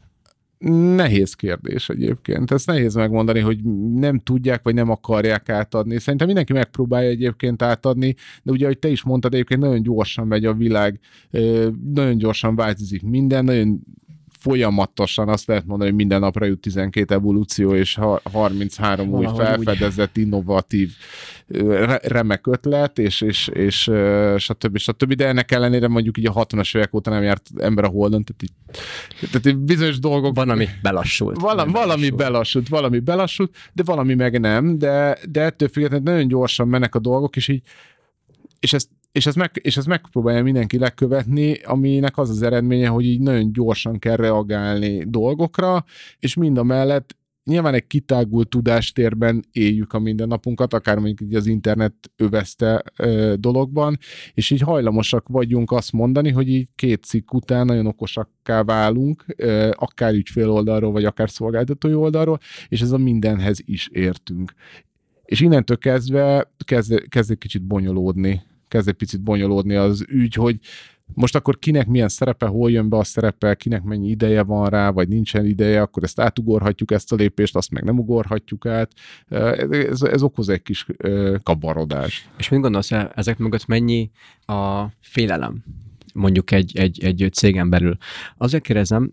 Nehéz kérdés egyébként. Ezt nehéz megmondani, hogy nem tudják, vagy nem akarják átadni. Szerintem mindenki megpróbálja egyébként átadni, de ugye, ahogy te is mondtad, egyébként nagyon gyorsan megy a világ, nagyon gyorsan változik minden, nagyon folyamatosan azt lehet mondani, hogy minden napra jut tizenkét evolúció, és harminchárom új felfedezett, úgy. innovatív, remek ötlet, és, és, és stb. stb. De ennek ellenére mondjuk így a hatvanas évek óta nem járt ember a Holdon, tehát így, tehát így bizonyos dolgok... Van, ami belassult. Vala, valami belassult. belassult, valami belassult, de valami meg nem, de, de ettől függetlenül nagyon gyorsan mennek a dolgok, és így, és ezt És ezt, meg, és ezt megpróbálja mindenki lekövetni, aminek az az eredménye, hogy így nagyon gyorsan kell reagálni dolgokra, és mind a mellett nyilván egy kitágult tudástérben éljük a mindennapunkat, akár mondjuk így az internet övezte ö, dologban, és így hajlamosak vagyunk azt mondani, hogy így két cikk után nagyon okosakká válunk, ö, akár ügyfél oldalról, vagy akár szolgáltatói oldalról, és ez a mindenhez is értünk. És innentől kezdve kezd, kezd egy kicsit bonyolódni kezd egy picit bonyolódni az ügy, hogy most akkor kinek milyen szerepe, hol jön be a szerepe, kinek mennyi ideje van rá, vagy nincsen ideje, akkor ezt átugorhatjuk ezt a lépést, azt meg nem ugorhatjuk át. Ez, ez okoz egy kis kabarodás. És mit gondolsz, ezek mögött mennyi a félelem? Mondjuk egy, egy, egy cégen belül. Azért kérdezem,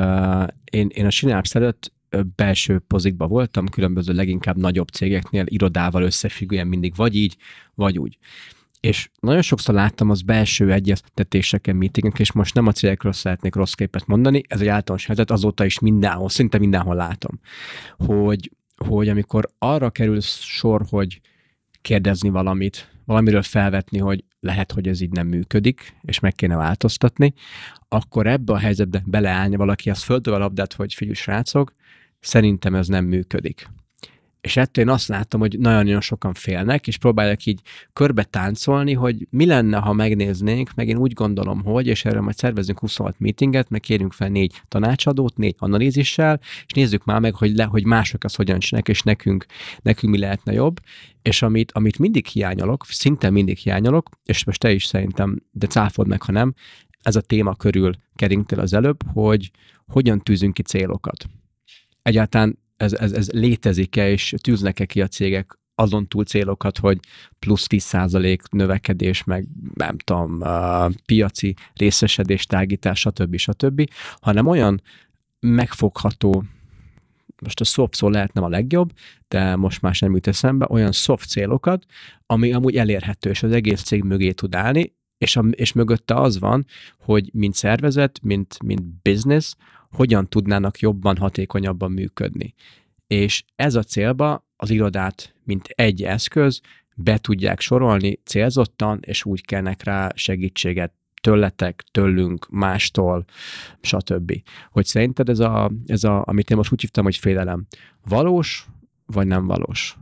én, én a Synapse előtt belső pozikban voltam, különböző leginkább nagyobb cégeknél, irodával összefüggően mindig vagy így, vagy úgy. És nagyon sokszor láttam az belső egyeztetéseken, meetingek, és most nem a cégekről szeretnék rossz képet mondani, ez egy általános helyzet, azóta is mindenhol, szinte mindenhol látom, hogy, hogy amikor arra kerül sor, hogy kérdezni valamit, valamiről felvetni, hogy lehet, hogy ez így nem működik, és meg kéne változtatni, akkor ebbe a helyzetbe beleállni valaki, az földöve a labdát, hogy figyelj srácok, szerintem ez nem működik. És ettől én azt láttam, hogy nagyon-nagyon sokan félnek, és próbálják így körbe táncolni, hogy mi lenne, ha megnéznénk, meg én úgy gondolom, hogy, és erről majd szervezünk huszonhat meetinget, meg kérünk fel négy tanácsadót, négy analízissel, és nézzük már meg, hogy, le, hogy mások azt hogyan csinálják, és nekünk, nekünk mi lehetne jobb. És amit, amit mindig hiányolok, szinte mindig hiányolok, és most te is szerintem, de cáfold meg, ha nem, ez a téma körül keringtél az előbb, hogy hogyan tűzünk ki célokat. Egyáltalán ez, ez, ez létezik-e, és tűznek-e ki a cégek azon túl célokat, hogy plusz tíz százalék növekedés, meg nem tudom, uh, piaci részesedés, tágítás, stb. stb., hanem olyan megfogható, most a soft szó lehet nem a legjobb, de most már sem jut eszembe, olyan soft célokat, ami amúgy elérhető, és az egész cég mögé tud állni, és, a, és mögötte az van, hogy mint szervezet, mint, mint business, hogyan tudnának jobban, hatékonyabban működni. És ez a célba az irodát, mint egy eszköz, be tudják sorolni célzottan, és úgy kellnek rá segítséget tőletek, tőlünk, mástól, stb. Hogy szerinted ez a, ez a, amit én most úgy hívtam, hogy félelem, valós, vagy nem valós?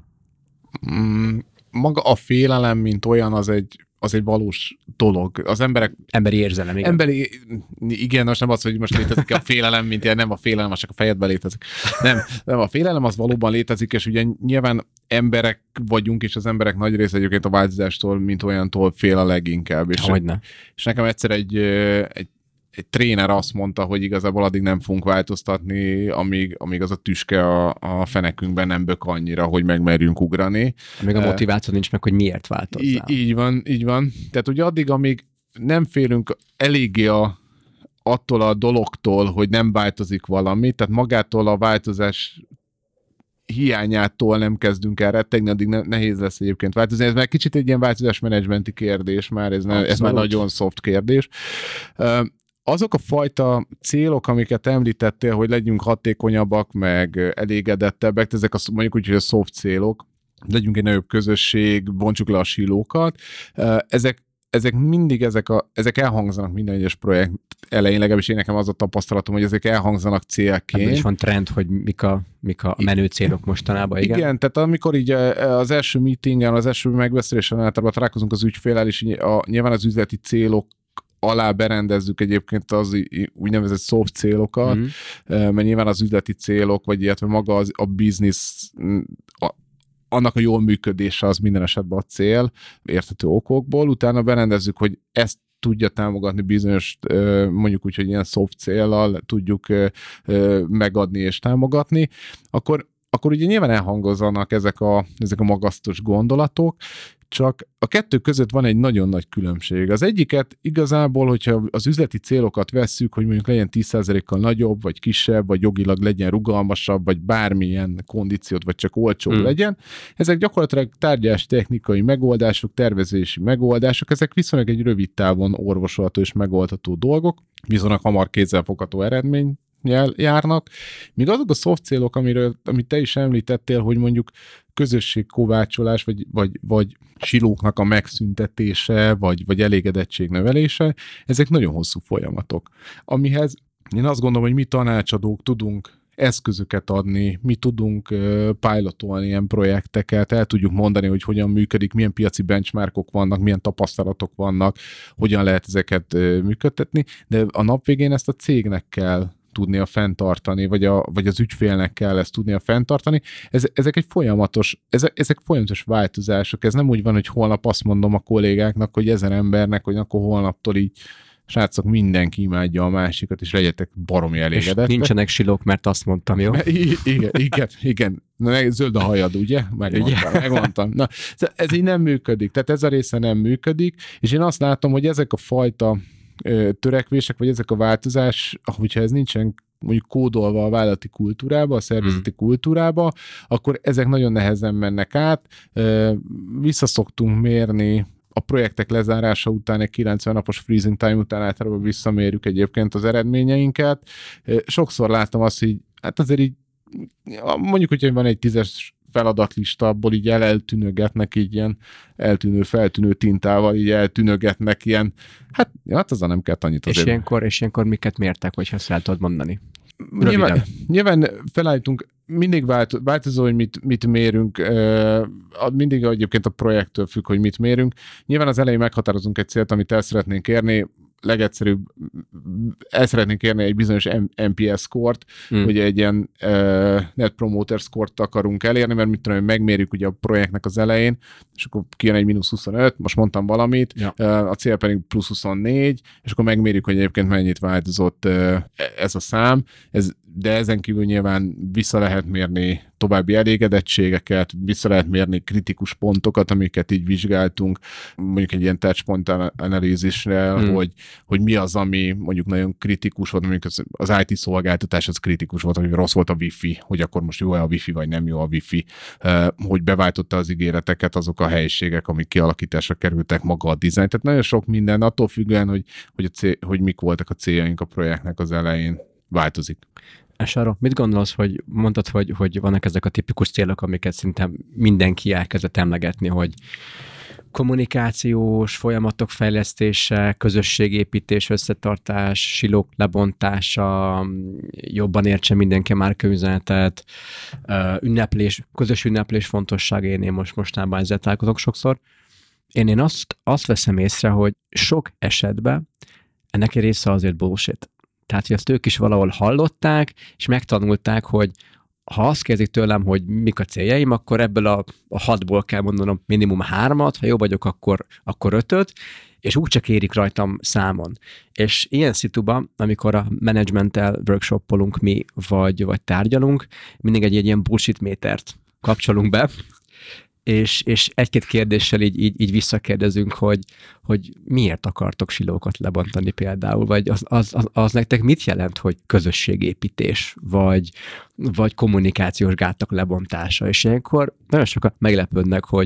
Mm, maga a félelem, mint olyan, az egy az egy valós dolog. Az emberek... Emberi érzelem, igen. Emberi, igen, most nem az, hogy most létezik a félelem, mint ilyen, nem a félelem, az csak a fejedben létezik. Nem, nem, a félelem az valóban létezik, és ugye nyilván emberek vagyunk, és az emberek nagy része egyébként a változástól, mint olyantól fél a leginkább. És, Hogyne. És nekem egyszer egy, egy egy tréner azt mondta, hogy igazából addig nem fogunk változtatni, amíg, amíg az a tüske a, a fenekünkben nem bök annyira, hogy megmerjünk ugrani. Amíg a motiváció nincs meg, hogy miért változzál. Í- így van, így van. Tehát ugye addig, amíg nem félünk eléggé a, attól a dologtól, hogy nem változik valami, tehát magától a változás hiányától nem kezdünk el rettegni, addig ne, nehéz lesz egyébként változni. Ez már kicsit egy ilyen változásmenedzsmenti kérdés, már ez, ne, ez már nagyon soft kérdés. Azok a fajta célok, amiket említettél, hogy legyünk hatékonyabbak, meg elégedettebbek, ezek a, mondjuk úgy, hogy a soft célok, legyünk egy nagyobb közösség, bontsuk le a silókat, ezek, ezek mindig, ezek, a, ezek elhangzanak minden egyes projekt elején, legalábbis én nekem az a tapasztalatom, hogy ezek elhangzanak célként. Hát is van trend, hogy mik a, mik a menő célok mostanában, igen? Igen, tehát amikor így az első meetingen, az első megbeszélésen általában találkozunk az ügyféllel, és a, nyilván az üzleti célok alá berendezzük egyébként az úgynevezett soft célokat, mm. mert nyilván az üzleti célok, vagy illetve maga az, a biznisz, a, annak a jól működése az minden esetben a cél, érthető okokból, utána berendezzük, hogy ezt tudja támogatni bizonyos, mondjuk úgy, hogy ilyen soft céllal tudjuk megadni és támogatni, akkor, akkor ugye nyilván elhangozzanak ezek a, ezek a magasztos gondolatok, csak a kettő között van egy nagyon nagy különbség. Az egyiket igazából, hogyha az üzleti célokat vesszük, hogy mondjuk legyen tíz százalékkal nagyobb, vagy kisebb, vagy jogilag legyen rugalmasabb, vagy bármilyen kondíciót, vagy csak olcsóbb hmm. legyen, ezek gyakorlatilag tárgyás technikai megoldások, tervezési megoldások, ezek viszonylag egy rövid távon orvosolható és megoldható dolgok, viszonylag hamar kézzelfogható eredmény járnak, míg azok a soft célok, amiről, amit te is említettél, hogy mondjuk közösségkovácsolás, vagy, vagy, vagy silóknak a megszüntetése, vagy, vagy elégedettség növelése, ezek nagyon hosszú folyamatok. Amihez én azt gondolom, hogy mi tanácsadók tudunk eszközöket adni, mi tudunk uh, pilotolni ilyen projekteket, el tudjuk mondani, hogy hogyan működik, milyen piaci benchmarkok vannak, milyen tapasztalatok vannak, hogyan lehet ezeket uh, működtetni, de a nap végén ezt a cégnek kell tudnia fenntartani, vagy, a, vagy az ügyfélnek kell ezt tudnia fenntartani. Ez, ezek egy folyamatos, ezek, ezek folyamatos változások. Ez nem úgy van, hogy holnap azt mondom a kollégáknak, hogy ezer embernek, hogy akkor holnaptól így srácok, mindenki imádja a másikat, és legyetek baromi elégedettek. És nincsenek silók, mert azt mondtam, jó? I- igen, igen, igen. Na, zöld a hajad, ugye? Megmondtam, megmondtam. Na, ez így nem működik. Tehát ez a része nem működik, és én azt látom, hogy ezek a fajta törekvések, vagy ezek a változás, hogyha ez nincsen mondjuk kódolva a vállalati kultúrába, a szervezeti mm. kultúrába, akkor ezek nagyon nehezen mennek át. Visszaszoktunk mérni a projektek lezárása után, egy kilencven napos freezing time után általában visszamérjük egyébként az eredményeinket. Sokszor látom azt, hogy hát azért így, mondjuk, hogyha van egy tízes feladatlista, abból így el eltűnögetnek így ilyen eltűnő, feltűnő tintával, így eltűnögetnek ilyen, hát, hát azzal nem kell annyit azért. És ilyenkor, és ilyenkor miket mértek, hogyha ezt el tudod mondani? Nyilván, nyilván felállítunk mindig vált, változó, hogy mit, mit mérünk, mindig egyébként a projektől függ, hogy mit mérünk. Nyilván az elején meghatározunk egy célt, amit el szeretnénk érni, legegyszerűbb, el szeretnénk érni egy bizonyos en pé es score-t, hmm. hogy egy ilyen uh, Net Promoter Score-t akarunk elérni, mert mit tudom, megmérjük ugye a projektnek az elején, és akkor kijön egy mínusz huszonöt, most mondtam valamit, ja. uh, a cél pedig plusz huszonnégy, és akkor megmérjük, hogy egyébként mennyit változott uh, ez a szám, ez, de ezen kívül nyilván vissza lehet mérni további elégedettségeket, vissza lehet mérni kritikus pontokat, amiket így vizsgáltunk, mondjuk egy ilyen touchpoint analízisre, hmm. hogy, hogy mi az, ami mondjuk nagyon kritikus volt, mondjuk az, az i té szolgáltatás az kritikus volt, hogy rossz volt a wifi, hogy akkor most jó-e a wifi, vagy nem jó a wifi, hogy beváltotta az ígéreteket azok a helyiségek, amik kialakításra kerültek, maga a dizájn. Tehát nagyon sok minden, attól függően, hogy, hogy, a cél, hogy mik voltak a céljaink a projektnek az elején, változik. És arra mit gondolsz, hogy mondtad, hogy, hogy vannak ezek a tipikus célok, amiket szinte mindenki elkezdett emlegetni, hogy kommunikációs folyamatok fejlesztése, közösségépítés, összetartás, silók lebontása, jobban értse mindenki a márkaüzenetet, ünneplés, közös ünneplés fontossága, én most mostában ezzel találkozok sokszor. Én, én azt, azt veszem észre, hogy sok esetben ennek egy része azért bullshit. Tehát, hogy azt ők is valahol hallották, és megtanulták, hogy ha azt kérdezik tőlem, hogy mik a céljaim, akkor ebből a, a hatból kell mondanom minimum hármat, ha jó vagyok, akkor, akkor ötöt, és úgy csak érik rajtam számon. És ilyen szituban, amikor a managementtel workshopolunk mi, vagy, vagy tárgyalunk, mindig egy, egy ilyen bullshit métert kapcsolunk be, és, és egy-két kérdéssel így, így, így visszakérdezünk, hogy, hogy miért akartok silókat lebontani például, vagy az, az, az, az nektek mit jelent, hogy közösségépítés, vagy, vagy kommunikációs gátak lebontása, és ilyenkor nagyon sokan meglepődnek, hogy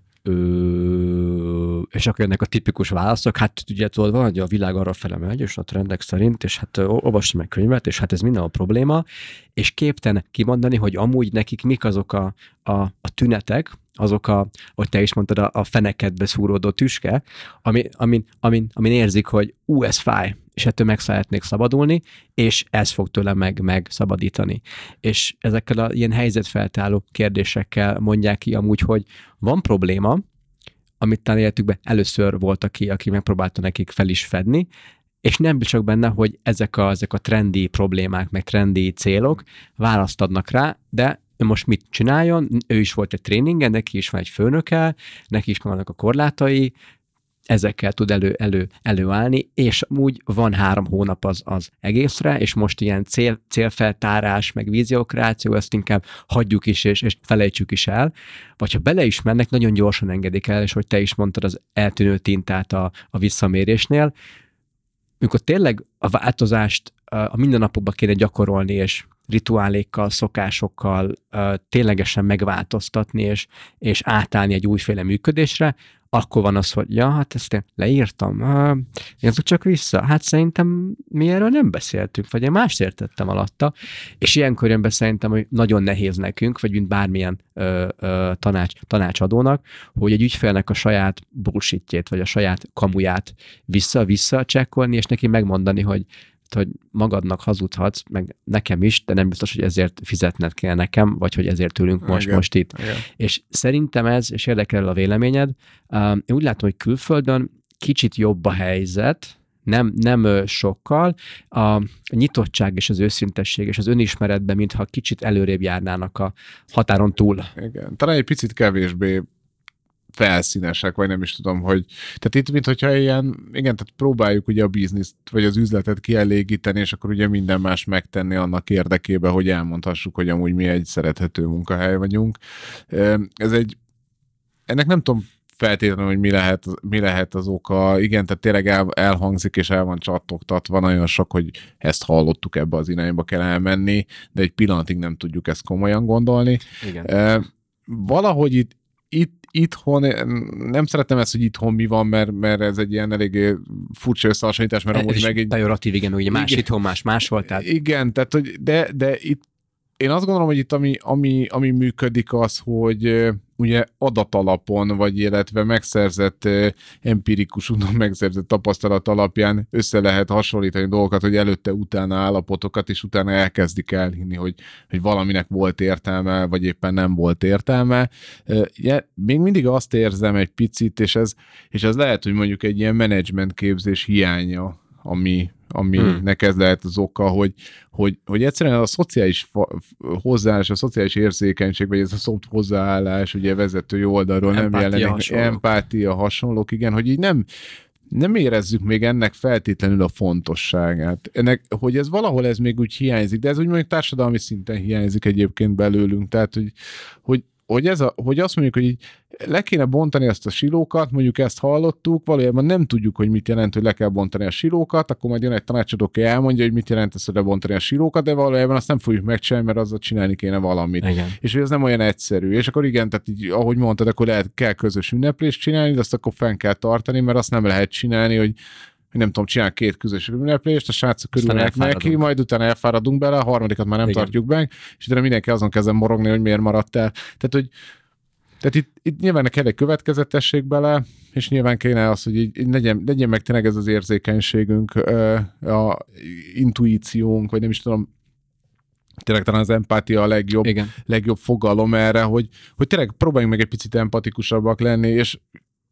Ö, és akkor jönnek a tipikus válaszok, hát ugye tudod, van, hogy a világ arra fele megy, és a trendek szerint, és hát olvasd meg könyvet, és hát ez minden a probléma, és képtelen kimondani, hogy amúgy nekik mik azok a, a, a tünetek, azok a, hogy te is mondtad, a, a fenekedbe szúródó tüske, ami, amin, amin, amin érzik, hogy ú, ez fáj, és ettől meg szeretnék szabadulni, és ez fog tőle meg, megszabadítani. És ezekkel a ilyen helyzetfeltáró kérdésekkel mondják ki amúgy, hogy van probléma, amit talán életükben először volt aki, aki megpróbálta nekik fel is fedni, és nem csak benne, hogy ezek a, ezek a trendi problémák, meg trendi célok választ adnak rá, de ő most mit csináljon? Ő is volt egy tréningen, neki is van egy főnöke, neki is vannak a korlátai, ezekkel tud elő, elő, előállni, és úgy van három hónap az, az egészre, és most ilyen cél, célfeltárás, meg víziókreáció, ezt inkább hagyjuk is, és, és felejtsük is el. Vagy ha bele is mennek, nagyon gyorsan engedik el, és hogy te is mondtad az eltűnő tintát a, a visszamérésnél, amikor tényleg a változást a mindennapokban kéne gyakorolni, és rituálékkal, szokásokkal uh, ténylegesen megváltoztatni, és, és átállni egy újféle működésre, akkor van az, hogy ja, hát ezt én leírtam, uh, nézzük csak vissza, hát szerintem mi erről nem beszéltünk, vagy én mást értettem alatta, és ilyenkor jön be szerintem, hogy nagyon nehéz nekünk, vagy mint bármilyen ö, ö, tanács, tanácsadónak, hogy egy ügyfélnek a saját bullshitjét, vagy a saját kamuját vissza-vissza csekkolni, és neki megmondani, hogy hogy magadnak hazudhatsz, meg nekem is, de nem biztos, hogy ezért fizetned kell nekem, vagy hogy ezért ülünk most, igen, most itt. Igen. És szerintem ez, és érdekel a véleményed, én úgy látom, hogy külföldön kicsit jobb a helyzet, nem, nem sokkal, a nyitottság és az őszintesség és az önismeretben, mintha kicsit előrébb járnának a határon túl. Igen, talán egy picit kevésbé felszínesek, vagy nem is tudom, hogy... Tehát itt, mint hogyha ilyen, igen, tehát próbáljuk ugye a bizniszt, vagy az üzletet kielégíteni, és akkor ugye minden más megtenni annak érdekében, hogy elmondhassuk, hogy amúgy mi egy szerethető munkahely vagyunk. Ez egy... Ennek nem tudom feltétlenül, hogy mi lehet, mi lehet az oka. Igen, tehát tényleg el, elhangzik, és el van csattogtatva nagyon sok, hogy ezt hallottuk, ebbe az irányba kell elmenni, de egy pillanatig nem tudjuk ezt komolyan gondolni. Igen. Valahogy itt Itt, itthon, nem szeretem ezt, hogy itthon mi van, mert, mert ez egy ilyen eléggé furcsa összehasonlítás, mert amúgy meg egy... Pejoratív, igen, ugye más igen, itthon, más más volt. Tehát... Igen, tehát, hogy de, de itt én azt gondolom, hogy itt ami, ami, ami működik az, hogy ugye adatalapon, vagy illetve megszerzett, empirikus úton megszerzett tapasztalat alapján össze lehet hasonlítani dolgokat, hogy előtte-utána állapotokat, és utána elkezdik elhinni, hogy, hogy valaminek volt értelme, vagy éppen nem volt értelme. Ja, még mindig azt érzem egy picit, és ez, és ez lehet, hogy mondjuk egy ilyen menedzsment képzés hiánya, ami, aminek hmm. ez lehet az oka, hogy, hogy, hogy egyszerűen a szociális fa- hozzáállás, a szociális érzékenység, vagy ez a szoft hozzáállás, ugye vezetői oldalról nem jelenik, hasonlók. empátia, hasonlók, igen, hogy így nem, nem érezzük még ennek feltétlenül a fontosságát. Ennek, hogy ez valahol ez még úgy hiányzik, de ez úgy mondjuk társadalmi szinten hiányzik egyébként belőlünk, tehát, hogy, hogy Hogy, ez a, hogy azt mondjuk, hogy így le kéne bontani ezt a silókat, mondjuk ezt hallottuk, valójában nem tudjuk, hogy mit jelent, hogy le kell bontani a silókat, akkor majd jön egy tanácsadó, aki elmondja, hogy mit jelent ez, hogy lebontani a silókat, de valójában azt nem fogjuk megcsinálni, mert azzal csinálni kéne valamit. Igen. És hogy ez nem olyan egyszerű. És akkor igen, tehát így, ahogy mondtad, akkor lehet, kell közös ünneplést csinálni, de azt akkor fenn kell tartani, mert azt nem lehet csinálni, hogy nem tudom, csinál két közös ünneplést, a srácok körülnek neki, majd utána elfáradunk bele, a harmadikat már nem igen. tartjuk meg, és utána mindenki azon kezdem morogni, hogy miért maradt el. Tehát, hogy tehát itt, itt nyilván kell egy következetesség bele, és nyilván kéne az, hogy így legyen, legyen meg tényleg ez az érzékenységünk, a intuíciónk, vagy nem is tudom, tényleg talán az empátia a legjobb, legjobb fogalom erre, hogy, hogy tényleg próbáljunk meg egy picit empatikusabbak lenni, és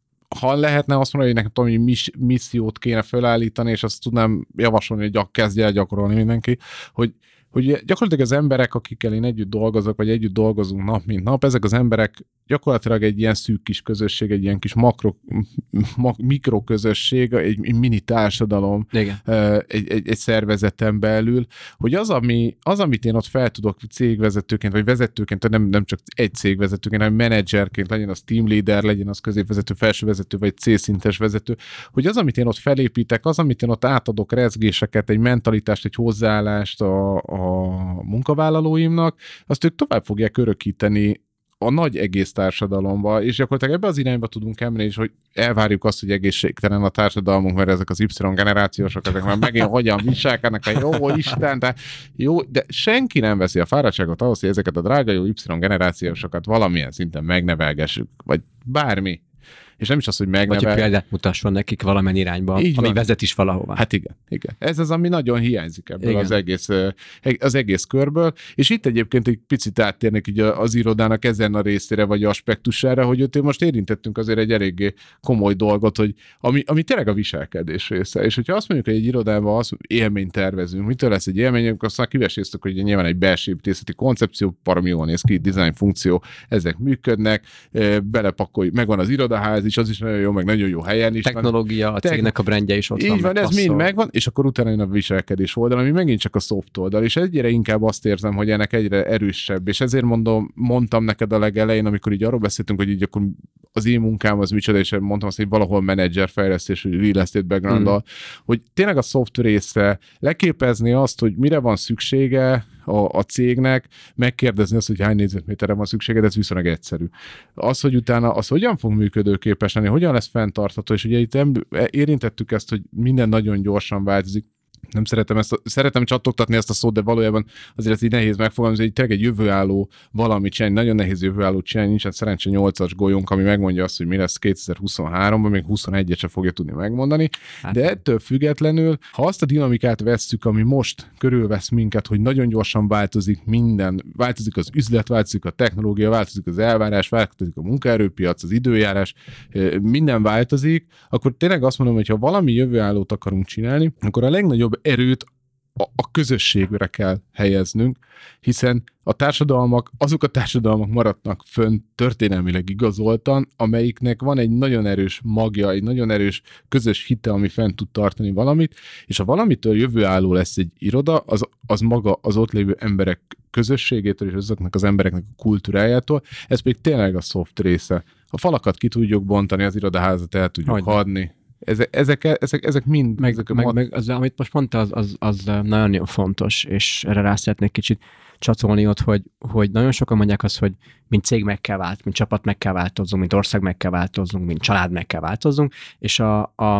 ha lehetne azt mondani, hogy nekem tudom, hogy missziót kéne felállítani, és azt tudnám javasolni, hogy gyak, kezdje el gyakorolni mindenki, hogy, hogy gyakorlatilag az emberek, akikkel én együtt dolgozok, vagy együtt dolgozunk nap, mint nap, ezek az emberek gyakorlatilag egy ilyen szűk kis közösség, egy ilyen kis makro, mak, mikroközösség, egy, egy mini társadalom, egy, egy, egy szervezeten belül, hogy az, ami, az, amit én ott fel tudok cégvezetőként, vagy vezetőként, nem, nem csak egy cégvezetőként, hanem menedzserként, legyen az team leader, legyen az középvezető, felsővezető, vagy C-szintes vezető, hogy az, amit én ott felépítek, az, amit én ott átadok rezgéseket, egy mentalitást, egy hozzáállást a, a munkavállalóimnak, azt ők tovább fogják örökíteni a nagy egész társadalomba, és gyakorlatilag ebbe az irányba tudunk emelni, és hogy elvárjuk azt, hogy egészségtelen a társadalmunk, mert ezek az Y-generációsok, ezek már megint hogyan viselkednek, a jó Isten, de jó, de senki nem veszi a fáradtságot ahhoz, hogy ezeket a drága jó Y-generációsokat valamilyen szinten megnevelgessük, vagy bármi. És nem is az, hogy megnevel. Vagy hogy példát mutasson nekik valamennyi irányba, így ami van. Vezet is valahova. Hát igen, igen. Ez az, ami nagyon hiányzik ebből az egész, az egész körből. És itt egyébként egy picit áttérnek így az irodának ezen a részére, vagy aspektusára, hogy ott most érintettünk azért egy eléggé komoly dolgot, hogy ami, ami tényleg a viselkedés része. És hogyha azt mondjuk, hogy egy irodában az élményt tervezünk, mitől lesz egy élmény, amikor aztán kiveséztük, hogy nyilván egy belső építészeti koncepció, param jól néz ki, design funkció, ezek működnek, belepakoljuk, megvan az irodaház, és az is nagyon jó, meg nagyon jó helyen is. Technológia, a cégnek a brandje is ott így van. Így van, ez mind megvan, és akkor utána jön a viselkedés oldal, ami megint csak a soft oldal, és egyre inkább azt érzem, hogy ennek egyre erősebb, és ezért mondom, mondtam neked a legelején, amikor így arról beszéltünk, hogy így akkor az én munkám az micsoda, és mondtam azt, hogy valahol menedzser fejlesztés, vagy real estate background-dal, mm. hogy tényleg a soft része leképezni azt, hogy mire van szüksége a, a cégnek, megkérdezni azt, hogy hány négyzetméterre van szükséged, ez viszonylag egyszerű. Az, hogy utána az hogyan fog működőképes lenni, hogyan lesz fenntartható, és ugye itt érintettük ezt, hogy minden nagyon gyorsan változik. Nem szeretem ezt, a, szeretem csattogtatni ezt a szót, de valójában azért ez így nehéz megfogalmazni, hogy tényleg egy jövőálló valamit csinálni, nagyon nehéz jövőállót csinálni, nincsen szerencsé nyolcas golyónk, ami megmondja azt, hogy mi lesz kétezer-huszonháromban, még huszonegyet se fogja tudni megmondani, hát. De ettől függetlenül, ha azt a dinamikát vesszük, ami most körülvesz minket, hogy nagyon gyorsan változik minden, változik az üzlet, változik a technológia, változik az elvárás, változik a munkaerőpiac, az időjárás, minden változik, akkor tényleg azt mondom, hogy ha valami jövőállót akarunk csinálni, akkor a legnagyobb erőt a, a közösségre kell helyeznünk, hiszen a társadalmak, azok a társadalmak maradnak fönn történelmileg igazoltan, amelyiknek van egy nagyon erős magja, egy nagyon erős közös hite, ami fent tud tartani valamit, és ha valamitől jövőálló lesz egy iroda, az, az maga az ott lévő emberek közösségétől, és azoknak az embereknek a kultúrájától, ez pedig tényleg a soft része. A falakat ki tudjuk bontani, az irodaházat el tudjuk Hagyj. adni. Ezek, ezek, ezek, ezek mind... Meg, ezek meg, mat... meg az, amit most mondta, az, az, az nagyon fontos, és erre rá szeretnék kicsit csatolni ott, hogy, hogy nagyon sokan mondják azt, hogy mint cég meg kell változni, mint csapat meg kell változzunk, mint ország meg kell változzunk, mint család meg kell változzunk, és a, a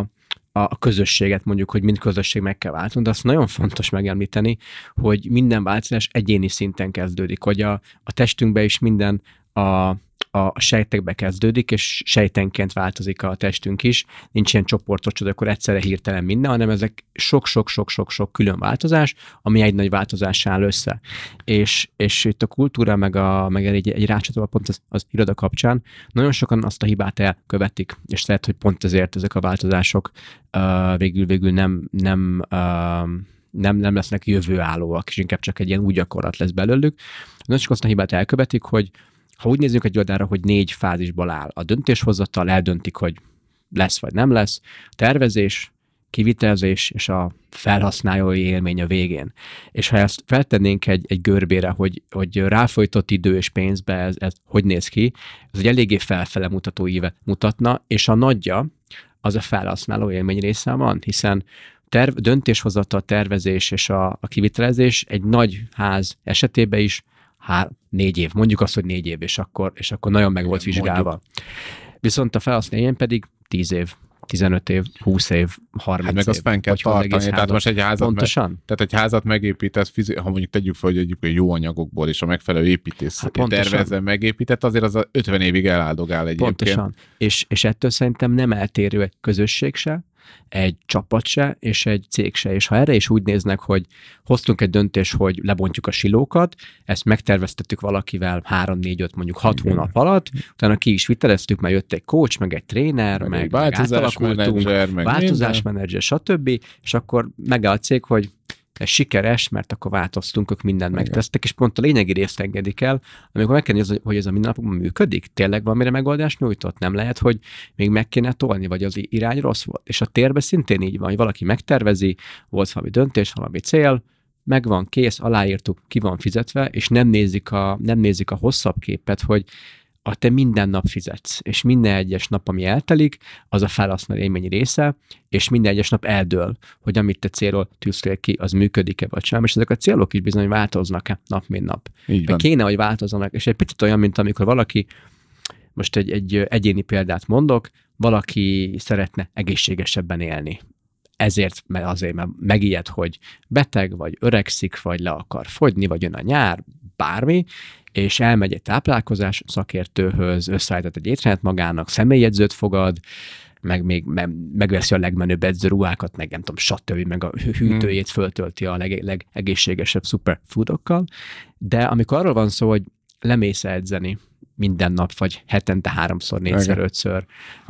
a közösséget mondjuk, hogy mind közösség meg kell váltani, de azt nagyon fontos megemlíteni, hogy minden változás egyéni szinten kezdődik, hogy a, a testünkben is minden a a sejtekbe kezdődik, és sejtenként változik a testünk is. Nincs ilyen csoportos, hogy akkor egyszerre hirtelen minden, hanem ezek sok-sok-sok-sok-sok külön változás, ami egy nagy változás áll össze. És, és itt a kultúra, meg, a, meg egy, egy rácsatolva pont az, az iroda kapcsán, nagyon sokan azt a hibát elkövetik, és lehet, hogy pont ezért ezek a változások uh, végül-végül nem, nem uh, nem, nem lesznek jövőállóak, és inkább csak egy ilyen új gyakorlat lesz belőlük. Nagyon sokan azt a hibát elkövetik, hogy ha úgy nézzük egy irodára, hogy négy fázisból áll. A döntéshozattal eldöntik, hogy lesz vagy nem lesz, a tervezés, kivitelezés és a felhasználói élmény a végén. És ha ezt feltennénk egy, egy görbére, hogy, hogy ráfolytott idő és pénzbe ez, ez hogy néz ki, ez egy eléggé felfele mutató ívet mutatna, és a nagyja az a felhasználó élmény része van, hiszen terv, döntéshozatal, tervezés és a, a kivitelezés egy nagy ház esetében is hár, négy év, mondjuk azt, hogy négy év, és akkor, és akkor nagyon meg volt vizsgálva. Mondjuk. Viszont a felhasználói pedig tíz év, tizenöt év, húsz év, harminc hát meg év. Azt fenn kell tartani, tehát most egy házat, pontosan? Meg, tehát egy házat megépített, ha mondjuk tegyük fel, hogy egyébként jó anyagokból és a megfelelő építész hát tervezve megépített, azért az a ötven évig eláldogál egyébként. Pontosan. És, és ettől szerintem nem eltérő egy közösség se, egy csapat se, és egy cég se. És ha erre is úgy néznek, hogy hoztunk egy döntést, hogy lebontjuk a silókat, ezt megterveztettük valakivel három, négy, öt, mondjuk hat Igen. hónap alatt, utána ki is viteleztük, mert jött egy coach, meg egy tréner, meg, meg, meg átalakultunk, változásmenedzser, stb. És akkor megáll a cég, hogy ez sikeres, mert akkor változtunk, ők mindent Igen. megtesztek, és pont a lényegi részt engedik el, amikor meg kell nézni, hogy ez a mindennapokban működik, tényleg valamire megoldást nyújtott, nem lehet, hogy még meg kéne tolni, vagy az irány rossz volt. És a térben szintén így van, hogy valaki megtervezi, volt valami döntés, valami cél, megvan, kész, aláírtuk, ki van fizetve, és nem nézik a, nem nézik a hosszabb képet, hogy a te minden nap fizetsz, és minden egyes nap, ami eltelik, az a felhasználó élmény része, és minden egyes nap eldől, hogy amit te célról tűztél ki, az működik-e vagy sem, és ezek a célok is bizony változnak-e nap, mint nap. Meg kéne, hogy változzanak, és egy picit olyan, mint amikor valaki, most egy, egy egyéni példát mondok, valaki szeretne egészségesebben élni. Ezért, mert azért, mert megijed, hogy beteg, vagy öregszik, vagy le akar fogyni, vagy jön a nyár, bármi, és elmegy egy táplálkozás szakértőhöz, összeállított egy étrendet magának, személyjegyzőt fogad, meg még me- megveszi a legmenőbb edzőruhákat, meg nem tudom, stb., meg a hűtőjét föltölti a leg- legegészségesebb superfoodokkal, de amikor arról van szó, hogy lemész edzeni minden nap, vagy hetente háromszor, négyszer, ötször,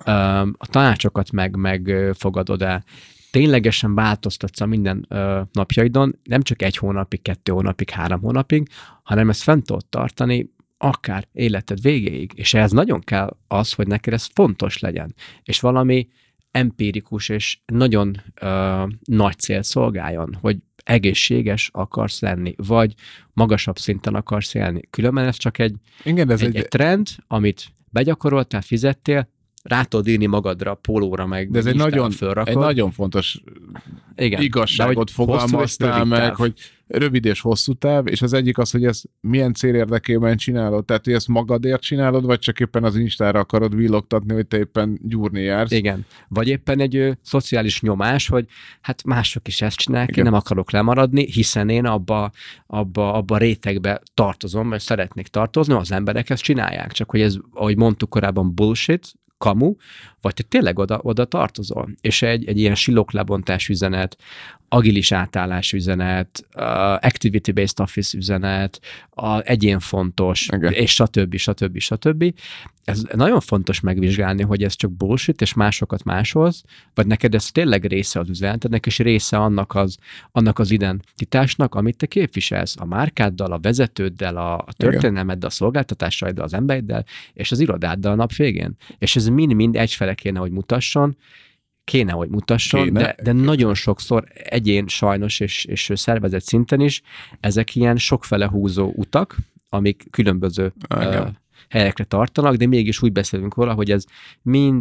a tanácsokat meg, meg fogadod el, ténylegesen változtatsz a minden ö, napjaidon, nem csak egy hónapig, kettő hónapig, három hónapig, hanem ezt fent tudod tartani akár életed végéig. És ehhez nagyon kell az, hogy neked ez fontos legyen. És valami empirikus és nagyon ö, nagy cél szolgáljon, hogy egészséges akarsz lenni, vagy magasabb szinten akarsz élni. Különben ez csak egy, Igen, ez egy, egy... egy trend, amit begyakoroltál, fizettél, rá tudod írni magadra, pólóra, meg de ez egy nagyon, egy nagyon fontos Igen, igazságot fogalmaztál meg, hogy rövid és hosszú táv, és az egyik az, hogy ezt milyen cél érdekében csinálod, tehát hogy ezt magadért csinálod, vagy csak éppen az Instára akarod villogtatni, hogy te éppen gyúrni jársz. Igen, vagy éppen egy ö, szociális nyomás, hogy hát mások is ezt csinálják, én nem akarok lemaradni, hiszen én abba, abba, abba a rétegbe tartozom, mert szeretnék tartozni, az emberek ezt csinálják, csak hogy ez, ahogy mondtuk korábban, bullshit, kamu, vagy te tényleg oda, oda tartozol. És egy, egy ilyen siloklebontás üzenet, agilis átállás üzenet, uh, activity-based office üzenet, a egyén fontos, okay. és stb. stb. stb. Ez nagyon fontos megvizsgálni, hogy ez csak bullshit, és másokat máshoz, vagy neked ez tényleg része az üzenetednek, és része annak az, annak az identitásnak, amit te képviselsz a márkáddal, a vezetőddel, a, a történelmeddel, a szolgáltatásaiddal, az emberiddel, és az irodáddal a nap végén. És ez mind-mind egyfele kéne, hogy mutasson, kéne, hogy mutasson, kéne. De, de nagyon sokszor egyén sajnos, és, és szervezet szinten is, ezek ilyen sokfele húzó utak, amik különböző uh, helyekre tartanak, de mégis úgy beszélünk róla, hogy ez mind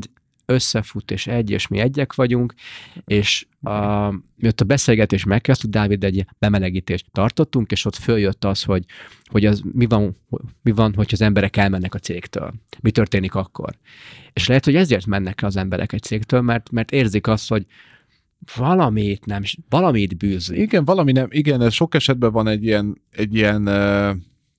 összefut, és egy, és mi egyek vagyunk, és a, miatt a beszélgetés megkezdtük, Dávid egy bemelegítést tartottunk, és ott följött az, hogy, hogy az, mi, van, mi van, hogy az emberek elmennek a cégtől. Mi történik akkor? És lehet, hogy ezért mennek az emberek egy cégtől, mert, mert érzik azt, hogy valamit nem, valamit bűzlik. Igen, valami nem, igen, sok esetben van egy ilyen, egy ilyen uh,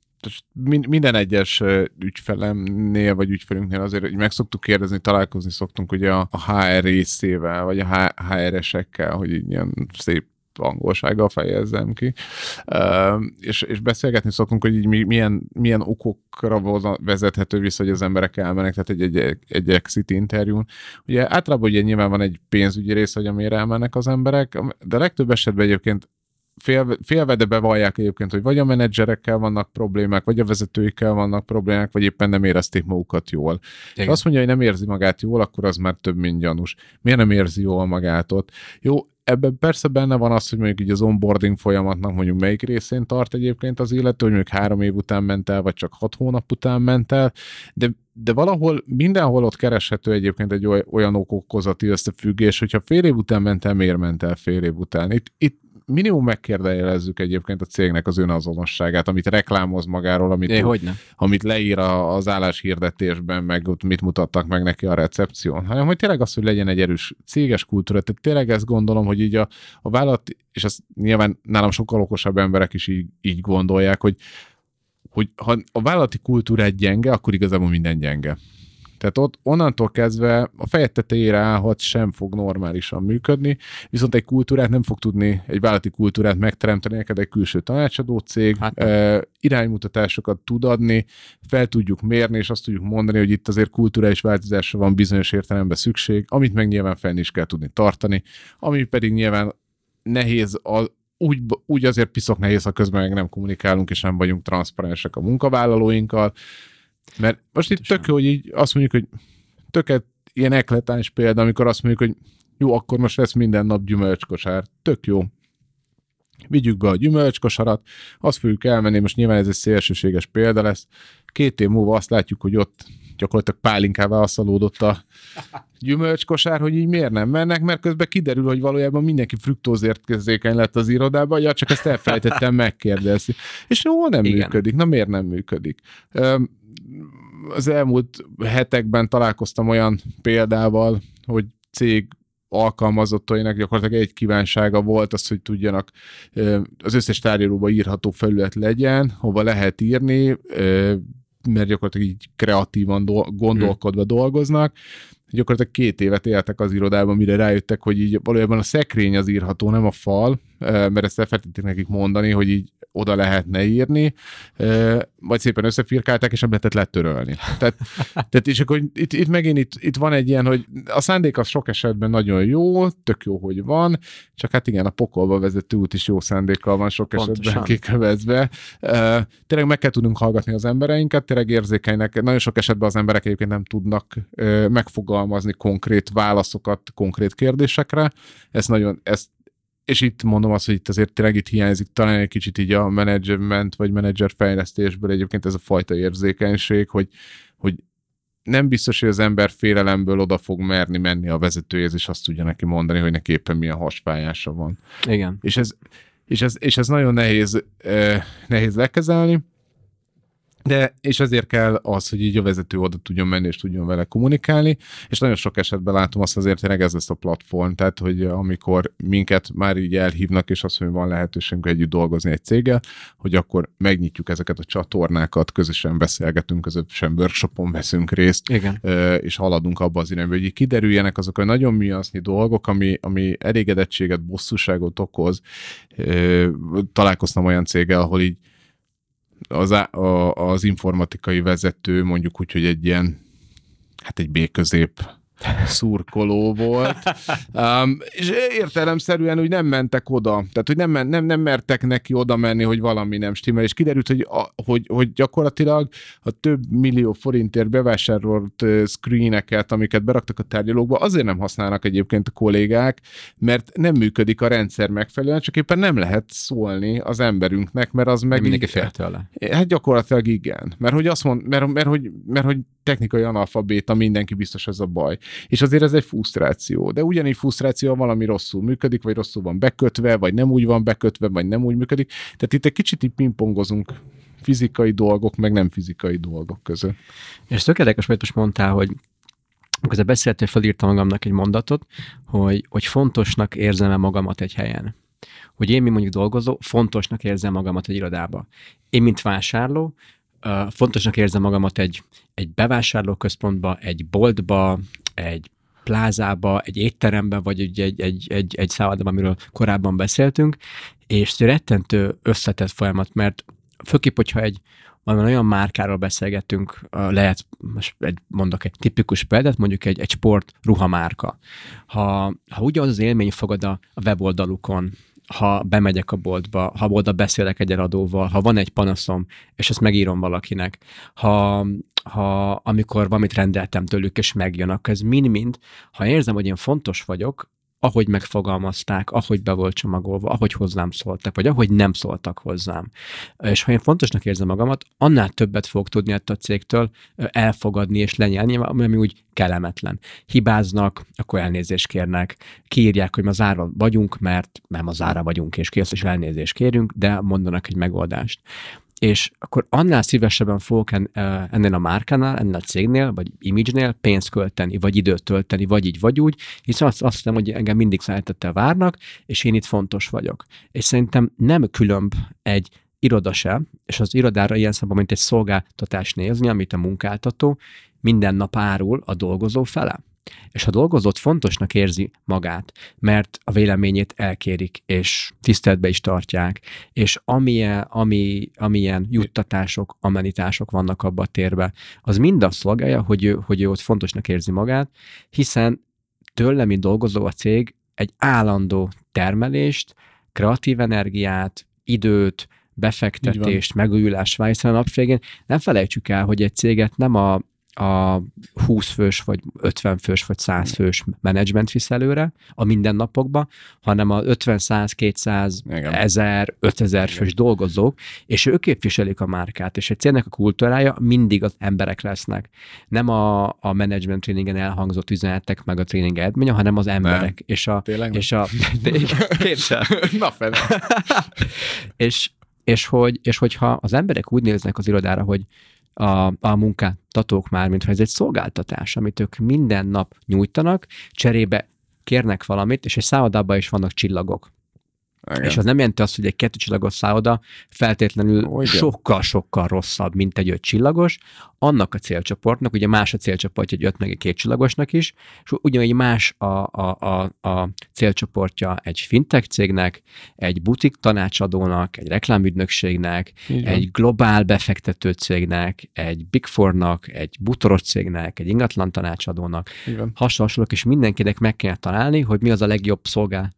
minden egyes ügyfelemnél, vagy ügyfelünknél azért hogy meg szoktuk kérdezni, találkozni szoktunk ugye a, a há er részével, vagy a há er esekkel, hogy így ilyen szép angolsággal fejezzem ki, uh, és, és beszélgetni szoktunk, hogy így milyen, milyen okokra vezethető vissza, hogy az emberek elmennek, tehát egy, egy, egy exit interjún. Ugye általában ugye nyilván van egy pénzügyi rész, hogy amire elmennek az emberek, de legtöbb esetben egyébként Fél, félve, de bevallják egyébként, hogy vagy a menedzserekkel vannak problémák, vagy a vezetőikkel vannak problémák, vagy éppen nem érezték magukat jól. És azt mondja, hogy nem érzi magát jól, akkor az már több, mint gyanús. Miért nem érzi jól magát ott? Jó, ebben persze benne van az, hogy mondjuk így az onboarding folyamatnak mondjuk melyik részén tart egyébként az illető, hogy mondjuk három év után ment el, vagy csak hat hónap után ment el, de, de valahol mindenhol ott kereshető egyébként egy olyan okokozati összefüggés, hogyha fél év után ment el, miért ment el fél év után? Itt, itt minimum megkérdőjelezzük egyébként a cégnek az önazonosságát, amit reklámoz magáról, amit, é, amit leír az álláshirdetésben, meg ott mit mutattak meg neki a recepción, hanem hogy tényleg az, hogy legyen egy erős céges kultúra. Tehát tényleg ezt gondolom, hogy így a, a vállalat, és azt nyilván nálam sokkal okosabb emberek is így, így gondolják, hogy, hogy ha a vállalati kultúrát gyenge, akkor igazából minden gyenge. Tehát ott onnantól kezdve a feje tetejére állhat, sem fog normálisan működni, viszont egy kultúrát nem fog tudni, egy vállalati kultúrát megteremteni neked egy külső tanácsadó cég, hát, eh, iránymutatásokat tud adni, fel tudjuk mérni, és azt tudjuk mondani, hogy itt azért kulturális változásra van bizonyos értelemben szükség, amit meg nyilván fenn is kell tudni tartani, ami pedig nyilván nehéz a Úgy, úgy azért piszok nehéz, ha közben meg nem kommunikálunk, és nem vagyunk transzparensek a munkavállalóinkkal. Mert most itt tök jó, hogy így azt mondjuk, hogy töket ilyen ekletáns példa, amikor azt mondjuk, hogy jó, akkor most lesz minden nap gyümölcskosár. Tök jó. Vigyük be a gyümölcskosarat, azt fogjuk elmenni, most nyilván ez egy szélsőséges példa lesz. Két év múlva azt látjuk, hogy ott gyakorlatilag pálinkává asszalódott a gyümölcskosár, hogy így miért nem mennek, mert közben kiderül, hogy valójában mindenki fruktózérzékeny lett az irodában, ja, csak ezt elfelejtettem megkérdezni. És jó, nem Igen. működik. Na miért nem működik? Az elmúlt hetekben találkoztam olyan példával, hogy cég alkalmazottainak gyakorlatilag egy kívánsága volt az, hogy tudjanak az összes tárgyalóba írható felület legyen, hova lehet írni, mert gyakorlatilag így kreatívan gondolkodva hmm. dolgoznak. Gyakorlatilag két évet éltek az irodában, mire rájöttek, hogy így valójában a szekrény az írható, nem a fal, mert ezt elfelejtették nekik mondani, hogy így oda lehetne írni, majd szépen összefirkálták, és nem lehetett letörölni. Tehát, tehát és akkor itt, itt megint itt, itt van egy ilyen, hogy a szándék az sok esetben nagyon jó, tök jó, hogy van, csak hát igen, a pokolba vezető út is jó szándékkal van sok Pontosan. esetben kikövezve. Tényleg meg kell tudnunk hallgatni az embereinket, tényleg érzékenynek, nagyon sok esetben az emberek egyébként nem tudnak megfogalmazni konkrét válaszokat konkrét kérdésekre. Ez nagyon, ezt és itt mondom azt, hogy itt azért tényleg itt hiányzik talán egy kicsit így a menedzsment vagy menedzserfejlesztésből egyébként ez a fajta érzékenység, hogy, hogy nem biztos, hogy az ember félelemből oda fog merni menni a vezetőjéhez, és azt tudja neki mondani, hogy neki éppen milyen hasfájása van. Igen. És ez, és ez, és ez nagyon nehéz, eh, nehéz lekezelni, de és ezért kell az, hogy így a vezető oda tudjon menni, és tudjon vele kommunikálni, és nagyon sok esetben látom azt azért tényleg ez lesz a platform, tehát hogy amikor minket már így elhívnak, és azt mondja, van lehetőségünk együtt dolgozni egy céggel, hogy akkor megnyitjuk ezeket a csatornákat, közösen beszélgetünk, közösen workshopon veszünk részt, Igen. és haladunk abba az irányba, hogy kiderüljenek azok a nagyon műansznyi dolgok, ami, ami elégedettséget, bosszúságot okoz. Találkoztam olyan céggel, ahol így Az, a, az informatikai vezető mondjuk úgy, hogy egy ilyen, hát egy B-közép szurkoló volt, um, és értelemszerűen úgy nem mentek oda, tehát hogy nem, nem, nem mertek neki oda menni, hogy valami nem stimmel, és kiderült, hogy, a, hogy, hogy gyakorlatilag a több millió forintért bevásárolt uh, screeneket, amiket beraktak a tárgyalókba, azért nem használnak egyébként a kollégák, mert nem működik a rendszer megfelelően, csak éppen nem lehet szólni az emberünknek, mert az meg... Mindenki fél tőle. Hát gyakorlatilag igen, mert hogy azt mond, mert, mert, hogy, mert hogy technikai analfabéta, mindenki biztos ez a baj. És azért ez egy frusztráció. De ugyanígy frusztráció, valami rosszul működik, vagy rosszul van bekötve, vagy nem úgy van bekötve, vagy nem úgy működik. Tehát itt egy kicsit így pingpongozunk fizikai dolgok, meg nem fizikai dolgok között. És tökéletes, amit most mondtál, hogy amikor beszéltél, felírtam magamnak egy mondatot, hogy, hogy fontosnak érzem-e magamat egy helyen. Hogy én, mi mondjuk dolgozó, fontosnak érzem magamat egy irodába. Én, mint vásárló, fontosnak érzem magamat egy, egy bevásárlóközpontba, egy boltba, egy plázába, egy étteremben, vagy egy, egy, egy, egy, egy szállodában, amiről korábban beszéltünk, és ez rettentő összetett folyamat, mert főképp, hogyha egy valami olyan márkáról beszélgetünk, lehet, most egy, mondok egy tipikus példát, mondjuk egy, egy sport ruhamárka. Ha, ha ugyanaz az élmény fogad a, a weboldalukon, ha bemegyek a boltba, ha oda beszélek egy eladóval, ha van egy panaszom, és ezt megírom valakinek, ha, ha amikor valamit rendeltem tőlük, és megjön, akkor ez mind-mind, ha érzem, hogy én fontos vagyok, ahogy megfogalmazták, ahogy be volt csomagolva, ahogy hozzám szóltak, vagy ahogy nem szóltak hozzám. És ha én fontosnak érzem magamat, annál többet fogok tudni ettől a cégtől elfogadni és lenyelni, ami úgy kellemetlen. Hibáznak, akkor elnézést kérnek, kiírják, hogy ma zárva vagyunk, mert nem a zárva vagyunk, és kész, és elnézést kérünk, de mondanak egy megoldást. És akkor annál szívesebben fogok ennél a márkánál, ennél a cégnél, vagy image-nél pénzt költeni, vagy időt tölteni, vagy így, vagy úgy, hiszen azt, azt hiszem, hogy engem mindig szeretettel várnak, és én itt fontos vagyok. És szerintem nem különb egy iroda se, és az irodára ilyen szempontból, mint egy szolgáltatást nézni, amit a munkáltató minden nap árul a dolgozó fele. És a dolgozót fontosnak érzi magát, mert a véleményét elkérik, és tiszteletbe is tartják, és amilyen, ami, amilyen juttatások, amenitások vannak abba a térbe, az mind azt szolgálja, hogy ő, hogy ő ott fontosnak érzi magát, hiszen tőle, mint dolgozó a cég, egy állandó termelést, kreatív energiát, időt, befektetést, megújulás vár, hiszen a nap végén nem felejtsük el, hogy egy céget nem a a húsz fős, vagy ötven fős, vagy száz fős menedzsment visz előre a mindennapokban, hanem a ötven, száz, kétszáz, ezer, ötezer fős dolgozók, és ők képviselik a márkát, és egy cégnek a kultúrája mindig az emberek lesznek. Nem a, a management tréningen elhangzott üzenetek, meg a tréning eredménye, hanem az emberek. Nem. És a... Tényleg és a képzel. Na fel. és, és, hogy, és hogyha az emberek úgy néznek az irodára, hogy a, a munkáltatók már, mintha ez egy szolgáltatás, amit ők minden nap nyújtanak, cserébe kérnek valamit, és egy szállodában is vannak csillagok. Igen. És az nem jelenti azt, hogy egy kettőcsillagos szálloda feltétlenül sokkal-sokkal rosszabb, mint egy öt csillagos. Annak a célcsoportnak, ugye más a célcsoportja egy öt meg egy két csillagosnak is, és ugyanígy más a, a, a, a célcsoportja egy fintech cégnek, egy butik tanácsadónak, egy reklámügynökségnek, egy globál befektető cégnek, egy Big Four-nak, egy bútoros cégnek, egy ingatlan tanácsadónak. Hasonlók, és mindenkinek meg kell találni, hogy mi az a legjobb szolgáltatás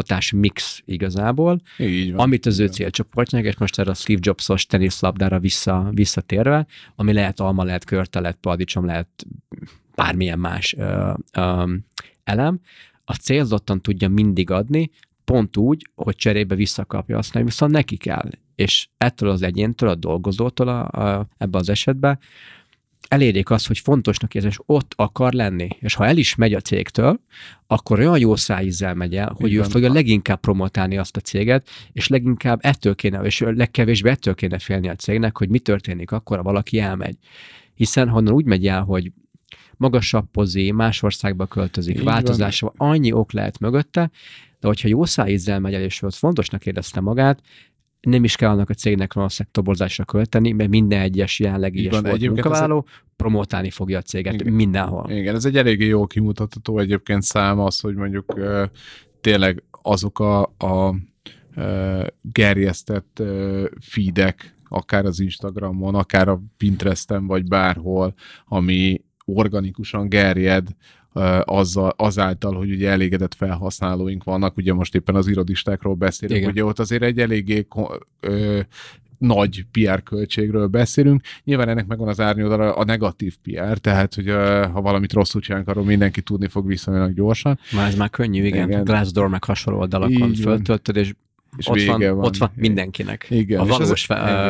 mix igazából, amit az ő célcsoportják, és most erre a Steve Jobs-os teniszlabdára vissza, visszatérve, ami lehet alma, lehet körte, lehet paradicsom, lehet bármilyen más ö, ö, elem, a célzottan tudja mindig adni, pont úgy, hogy cserébe visszakapja azt, nem viszont neki kell. És ettől az egyéntől, a dolgozótól a, a, ebbe az esetben elérjék azt, hogy fontosnak érzi, és ott akar lenni. És ha el is megy a cégtől, akkor olyan jó szájízzel megy el, hogy igen, ő fogja leginkább promotálni azt a céget, és leginkább ettől kéne, és legkevésbé ettől kéne félni a cégnek, hogy mi történik akkor, ha valaki elmegy. Hiszen honnan úgy megy el, hogy magasabb pozí, más országba költözik, változása, annyi ok lehet mögötte, de hogyha jó szájízzel megy el, és ott fontosnak érezte magát, nem is kell annak a cégnek valószínűleg toborzásra költeni, mert minden egyes jelenlegi és volt munkavállaló egy... promotálni fogja a céget igen, mindenhol. Igen, ez egy eléggé jó kimutatható egyébként szám az, hogy mondjuk uh, tényleg azok a, a uh, gerjesztett uh, feedek, akár az Instagramon, akár a Pinteresten, vagy bárhol, ami organikusan gerjed, azzal, azáltal, hogy ugye elégedett felhasználóink vannak, ugye most éppen az irodistákról beszélünk, igen. Ugye ott azért egy eléggé ö, nagy pé er költségről beszélünk. Nyilván ennek megvan az árnyoldala a negatív pé er, tehát, hogy ö, ha valamit rosszul csinálunk, arról mindenki tudni fog viszonylag gyorsan. Már ez már könnyű, igen. igen. Glassdoor meg hasonló oldalakon föltöltöd, és, és ott, van, van. ott van mindenkinek. Igen. A valós fe,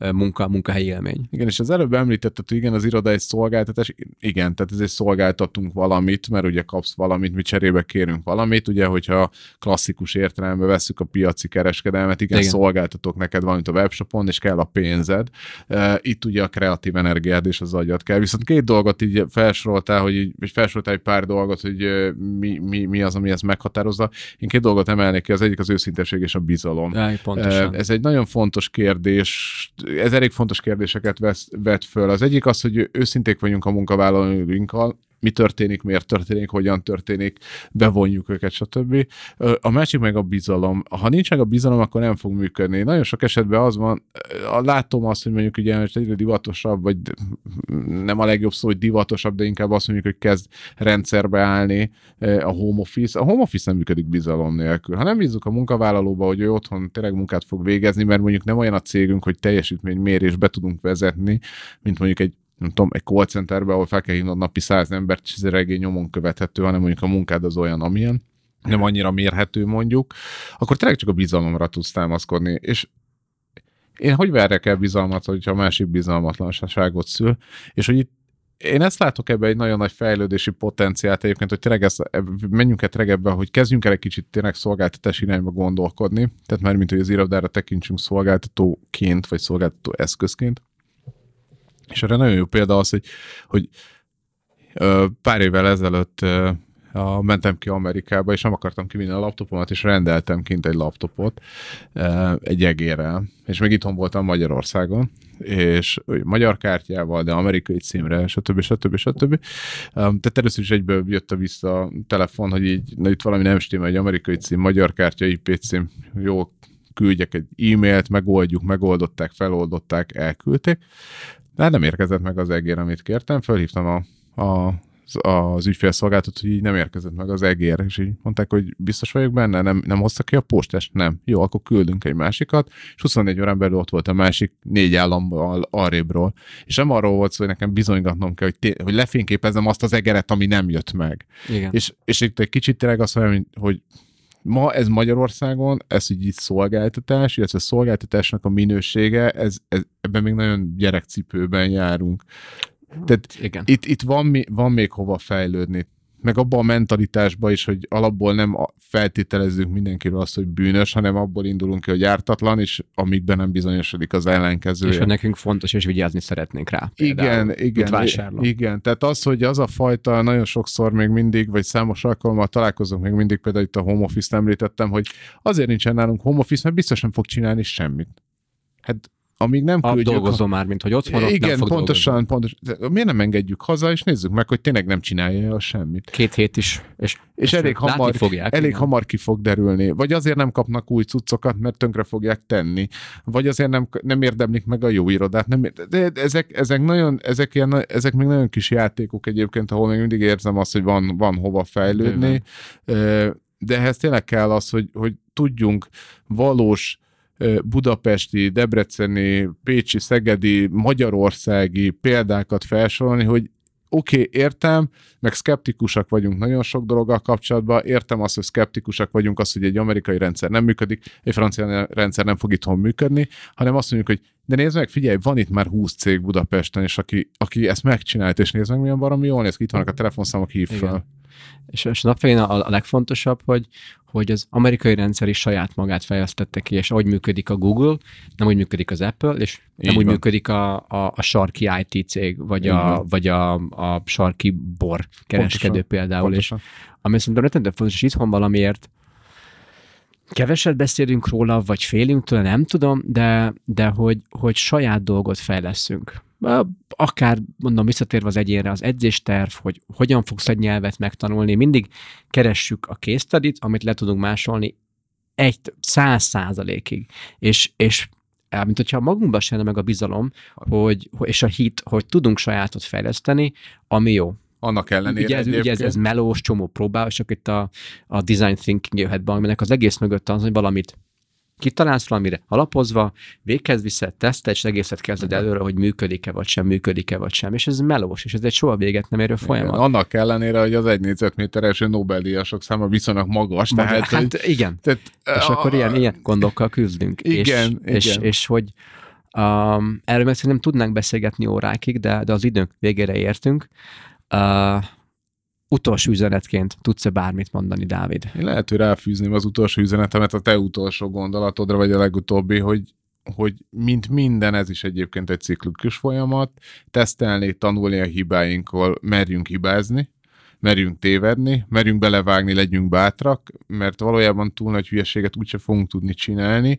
munka, munkahelyi élmény. Igen, és az előbb említetted, hogy igen, az iroda egy szolgáltatás, igen, tehát ezért szolgáltatunk valamit, mert ugye kapsz valamit, mi cserébe kérünk valamit, ugye, hogyha klasszikus értelemben vesszük a piaci kereskedelmet, igen, igen. szolgáltatok neked valamit a webshopon, és kell a pénzed. Itt ugye a kreatív energiád és az agyad kell. Viszont két dolgot így felsoroltál, hogy így, vagy felsoroltál egy pár dolgot, hogy mi, mi, mi az, ami ezt meghatározza. Én két dolgot emelnék ki, az egyik az őszintesség és a bizalom. Jaj, pontosan. Ez egy nagyon fontos kérdés, ez elég fontos kérdéseket vesz, vet föl. Az egyik az, hogy őszinték vagyunk a munkavállalóinkkal, mi történik, miért történik, hogyan történik, bevonjuk őket, stb. A másik meg a bizalom. Ha nincs meg a bizalom, akkor nem fog működni. Nagyon sok esetben az van, látom azt, hogy mondjuk ugye egyre divatosabb, vagy nem a legjobb szó, hogy divatosabb, de inkább azt mondjuk, hogy kezd rendszerbe állni a home office. A home office nem működik bizalom nélkül. Ha nem bízzuk a munkavállalóba, hogy ő otthon tényleg munkát fog végezni, mert mondjuk nem olyan a cégünk, hogy teljesítménymérés be tudunk vezetni, mint mondjuk egy nem tudom, egy call centerbe, ahol fel kell hívnod napi száz embert, és ez reggel nyomon követhető, hanem mondjuk a munkád az olyan, amilyen, nem annyira mérhető mondjuk, akkor tényleg csak a bizalomra tudsz támaszkodni. És én hogy verjek el bizalmat, hogyha a másik bizalmatlanságot szül, és hogy itt én ezt látok ebbe egy nagyon nagy fejlődési potenciált egyébként, hogy tényleg ezt, menjünk el tényleg ebbe, hogy kezdjünk el egy kicsit tényleg szolgáltatás irányba gondolkodni, tehát már mint hogy az irodára tekintsünk szolgáltatóként, vagy szolgáltató eszközként. És erre nagyon jó példa az, hogy, hogy ö, pár évvel ezelőtt ö, a, mentem ki Amerikába, és nem akartam kivinni a laptopomat, és rendeltem kint egy laptopot ö, egy egérrel. És még itthon voltam Magyarországon, és magyar kártyával, de amerikai címre, stb. stb. stb. Tehát először is egyből jött a vissza a telefon, hogy így, na, itt valami nem stimmel, egy amerikai cím, magyar kártya, i pé cím, jó, küldjek egy e-mailt, megoldjuk, megoldották, feloldották, elküldték. De nem érkezett meg az egér, amit kértem. Fölhívtam a, a, az ügyfélszolgáltatót, hogy így nem érkezett meg az egér, és így mondták, hogy biztos vagyok benne, nem, nem hozta ki a postást? Nem. Jó, akkor küldünk egy másikat, és huszonnégy órán belül ott volt a másik négy állammal arrébről. És nem arról volt szó, hogy nekem bizonygatnom kell, hogy, té- hogy lefényképezzem azt az egeret, ami nem jött meg. Igen. És, és itt egy kicsit tényleg azt mondom, hogy ma ez Magyarországon, ez így itt szolgáltatás, illetve a szolgáltatásnak a minősége, ez, ez, ebben még nagyon gyerekcipőben járunk. Tehát igen. Itt, itt van, van még hova fejlődni. Meg abban a mentalitásban is, hogy alapból nem feltételezzük mindenkiről azt, hogy bűnös, hanem abból indulunk ki, hogy ártatlan, és amígben nem bizonyosodik az ellenkezője. És hogy nekünk fontos, és vigyázni szeretnénk rá. Igen, igen, igen. Tehát az, hogy az a fajta, nagyon sokszor még mindig, vagy számos alkalommal találkozunk még mindig, például itt a home office-t említettem, hogy azért nincsen nálunk home office, mert biztos nem fog csinálni semmit. Hát amíg nem küldjük... dolgozom már, mint hogy ott van, ott igen, nem fog pontosan, pontosan. Miért nem engedjük haza, és nézzük meg, hogy tényleg nem csinálja semmit. Két hét is. És, és elég, hamar, fogják, elég hamar ki fog derülni. Vagy azért nem kapnak új cuccokat, mert tönkre fogják tenni. Vagy azért nem, nem érdemlik meg a jó irodát. Nem, de ezek, ezek, nagyon, ezek, ilyen, ezek még nagyon kis játékok egyébként, ahol még mindig érzem azt, hogy van, van hova fejlődni. Bőven. De ehhez tényleg kell az, hogy, hogy tudjunk valós budapesti, debreceni, pécsi, szegedi, magyarországi példákat felsorolni, hogy oké, okay, értem, meg szkeptikusak vagyunk nagyon sok dologgal kapcsolatban, értem azt, hogy szkeptikusak vagyunk, azt, hogy egy amerikai rendszer nem működik, egy francia rendszer nem fog itthon működni, hanem azt mondjuk, hogy de nézd meg, figyelj, van itt már húsz cég Budapesten, és aki, aki ezt megcsinált, és nézd meg, milyen baromi jól néz ki, itt vannak a telefonszámok, hív fel. És, és napvégén a, a legfontosabb, hogy, hogy az amerikai rendszer is saját magát fejlesztette ki, és ahogy működik a Google, nem úgy működik az Apple, és nem Így úgy van. működik a, a, a sarki i té cég, vagy, a, vagy a, a sarki bor kereskedő Pontosan. például. Pontosan. És ami szerintem rettentően fontos, és itthon valamiért keveset beszélünk róla, vagy félünk tőle, nem tudom, de, de hogy, hogy saját dolgot fejleszünk. Akár, mondom, visszatérve az egyénre, az edzésterv, hogy hogyan fogsz egy nyelvet megtanulni, mindig keressük a case study-t, amit le tudunk másolni egy száz százalékig. És, és mint hogyha magunkban se lenne meg a bizalom, hogy, és a hit, hogy tudunk sajátot fejleszteni, ami jó. Annak ellenére ugye ez, ugye ez, ez melós, csomó próbál, és akkor itt a, a design thinking jöhet be, aminek az egész mögött az, hogy valamit kitalálsz valamire alapozva, véghez viszed, teszted, és egészet kezded előre, hogy működik-e vagy sem, működik-e vagy sem. És ez melós, és ez egy soha véget nem érő folyamat. Igen, annak ellenére, hogy az egy négyzetméteres Nobel-díjasok száma viszonylag magas. Maga, tehát, hát hogy, igen. Tehát, és a, akkor ilyen, ilyen gondokkal küzdünk. Igen, és, igen. És, és hogy Um, erről meg szerintem tudnánk beszélgetni órákig, de, de az időnk végére értünk. Uh, utolsó üzenetként tudsz-e bármit mondani, Dávid? Én lehet, hogy ráfűzném az utolsó üzenetemet a te utolsó gondolatodra, vagy a legutóbbi, hogy, hogy mint minden, ez is egyébként egy ciklikus folyamat, tesztelni, tanulni a hibáinkról, merjünk hibázni, merjünk tévedni, merjünk belevágni, legyünk bátrak, mert valójában túl nagy hülyeséget úgyse fogunk tudni csinálni,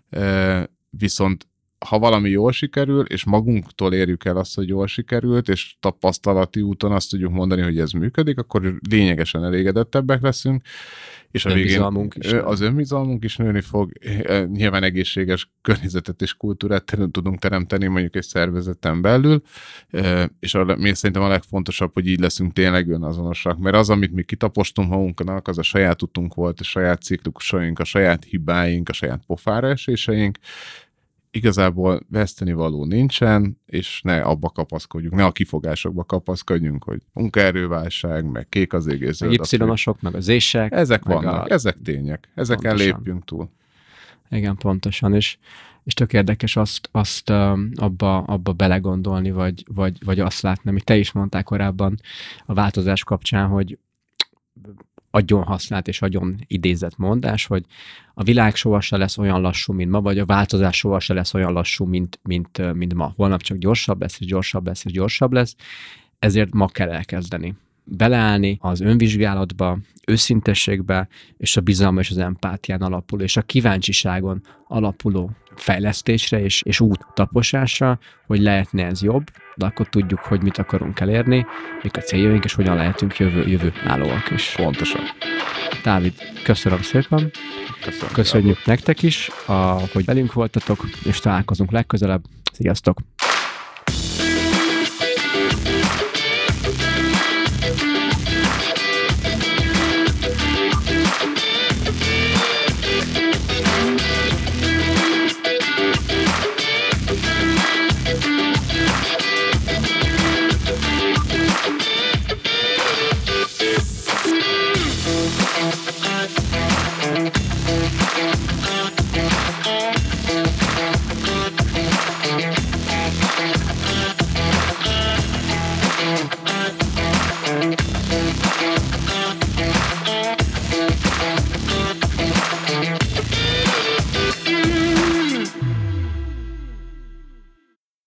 viszont ha valami jól sikerül, és magunktól érjük el azt, hogy jól sikerült, és tapasztalati úton azt tudjuk mondani, hogy ez működik, akkor lényegesen elégedettebbek leszünk, és a végén is az önbizalmunk is nőni fog. Nyilván egészséges környezetet és kultúrát tudunk teremteni mondjuk egy szervezeten belül, és a, még szerintem a legfontosabb, hogy így leszünk tényleg önazonosak, mert az, amit mi kitapostunk magunknak, az a saját utunk volt, a saját ciklusaink, a saját hibáink, a saját pofára eséseink, igazából veszteni való nincsen, és ne abba kapaszkodjunk, ne a kifogásokba kapaszkodjunk, hogy munkaerőválság, meg kék az ég és zöld. Y-osok, meg az ések. Ezek meg vannak, a... ezek tények. Ezeken pontosan. Lépjünk túl. Igen, pontosan, és, és tök érdekes azt, azt um, abba, abba belegondolni, vagy, vagy, vagy azt látni, amit te is mondtál korábban a változás kapcsán, hogy agyon használt és agyon idézett mondás, hogy a világ sohasem lesz olyan lassú, mint ma, vagy a változás sohasem lesz olyan lassú, mint, mint, mint ma. Holnap csak gyorsabb lesz, és gyorsabb lesz, és gyorsabb lesz. Ezért ma kell elkezdeni. Beleállni az önvizsgálatba, őszintességbe, és a bizalma és az empátián alapuló, és a kíváncsiságon alapuló fejlesztésre és, és út taposásra, hogy lehetne ez jobb, de akkor tudjuk, hogy mit akarunk elérni, mik a céljaink, és hogyan lehetünk jövő, jövő állóak is. Pontosan. Dávid, köszönöm szépen. Köszönöm. Köszönjük nektek is, a, hogy velünk voltatok, és találkozunk legközelebb. Sziasztok!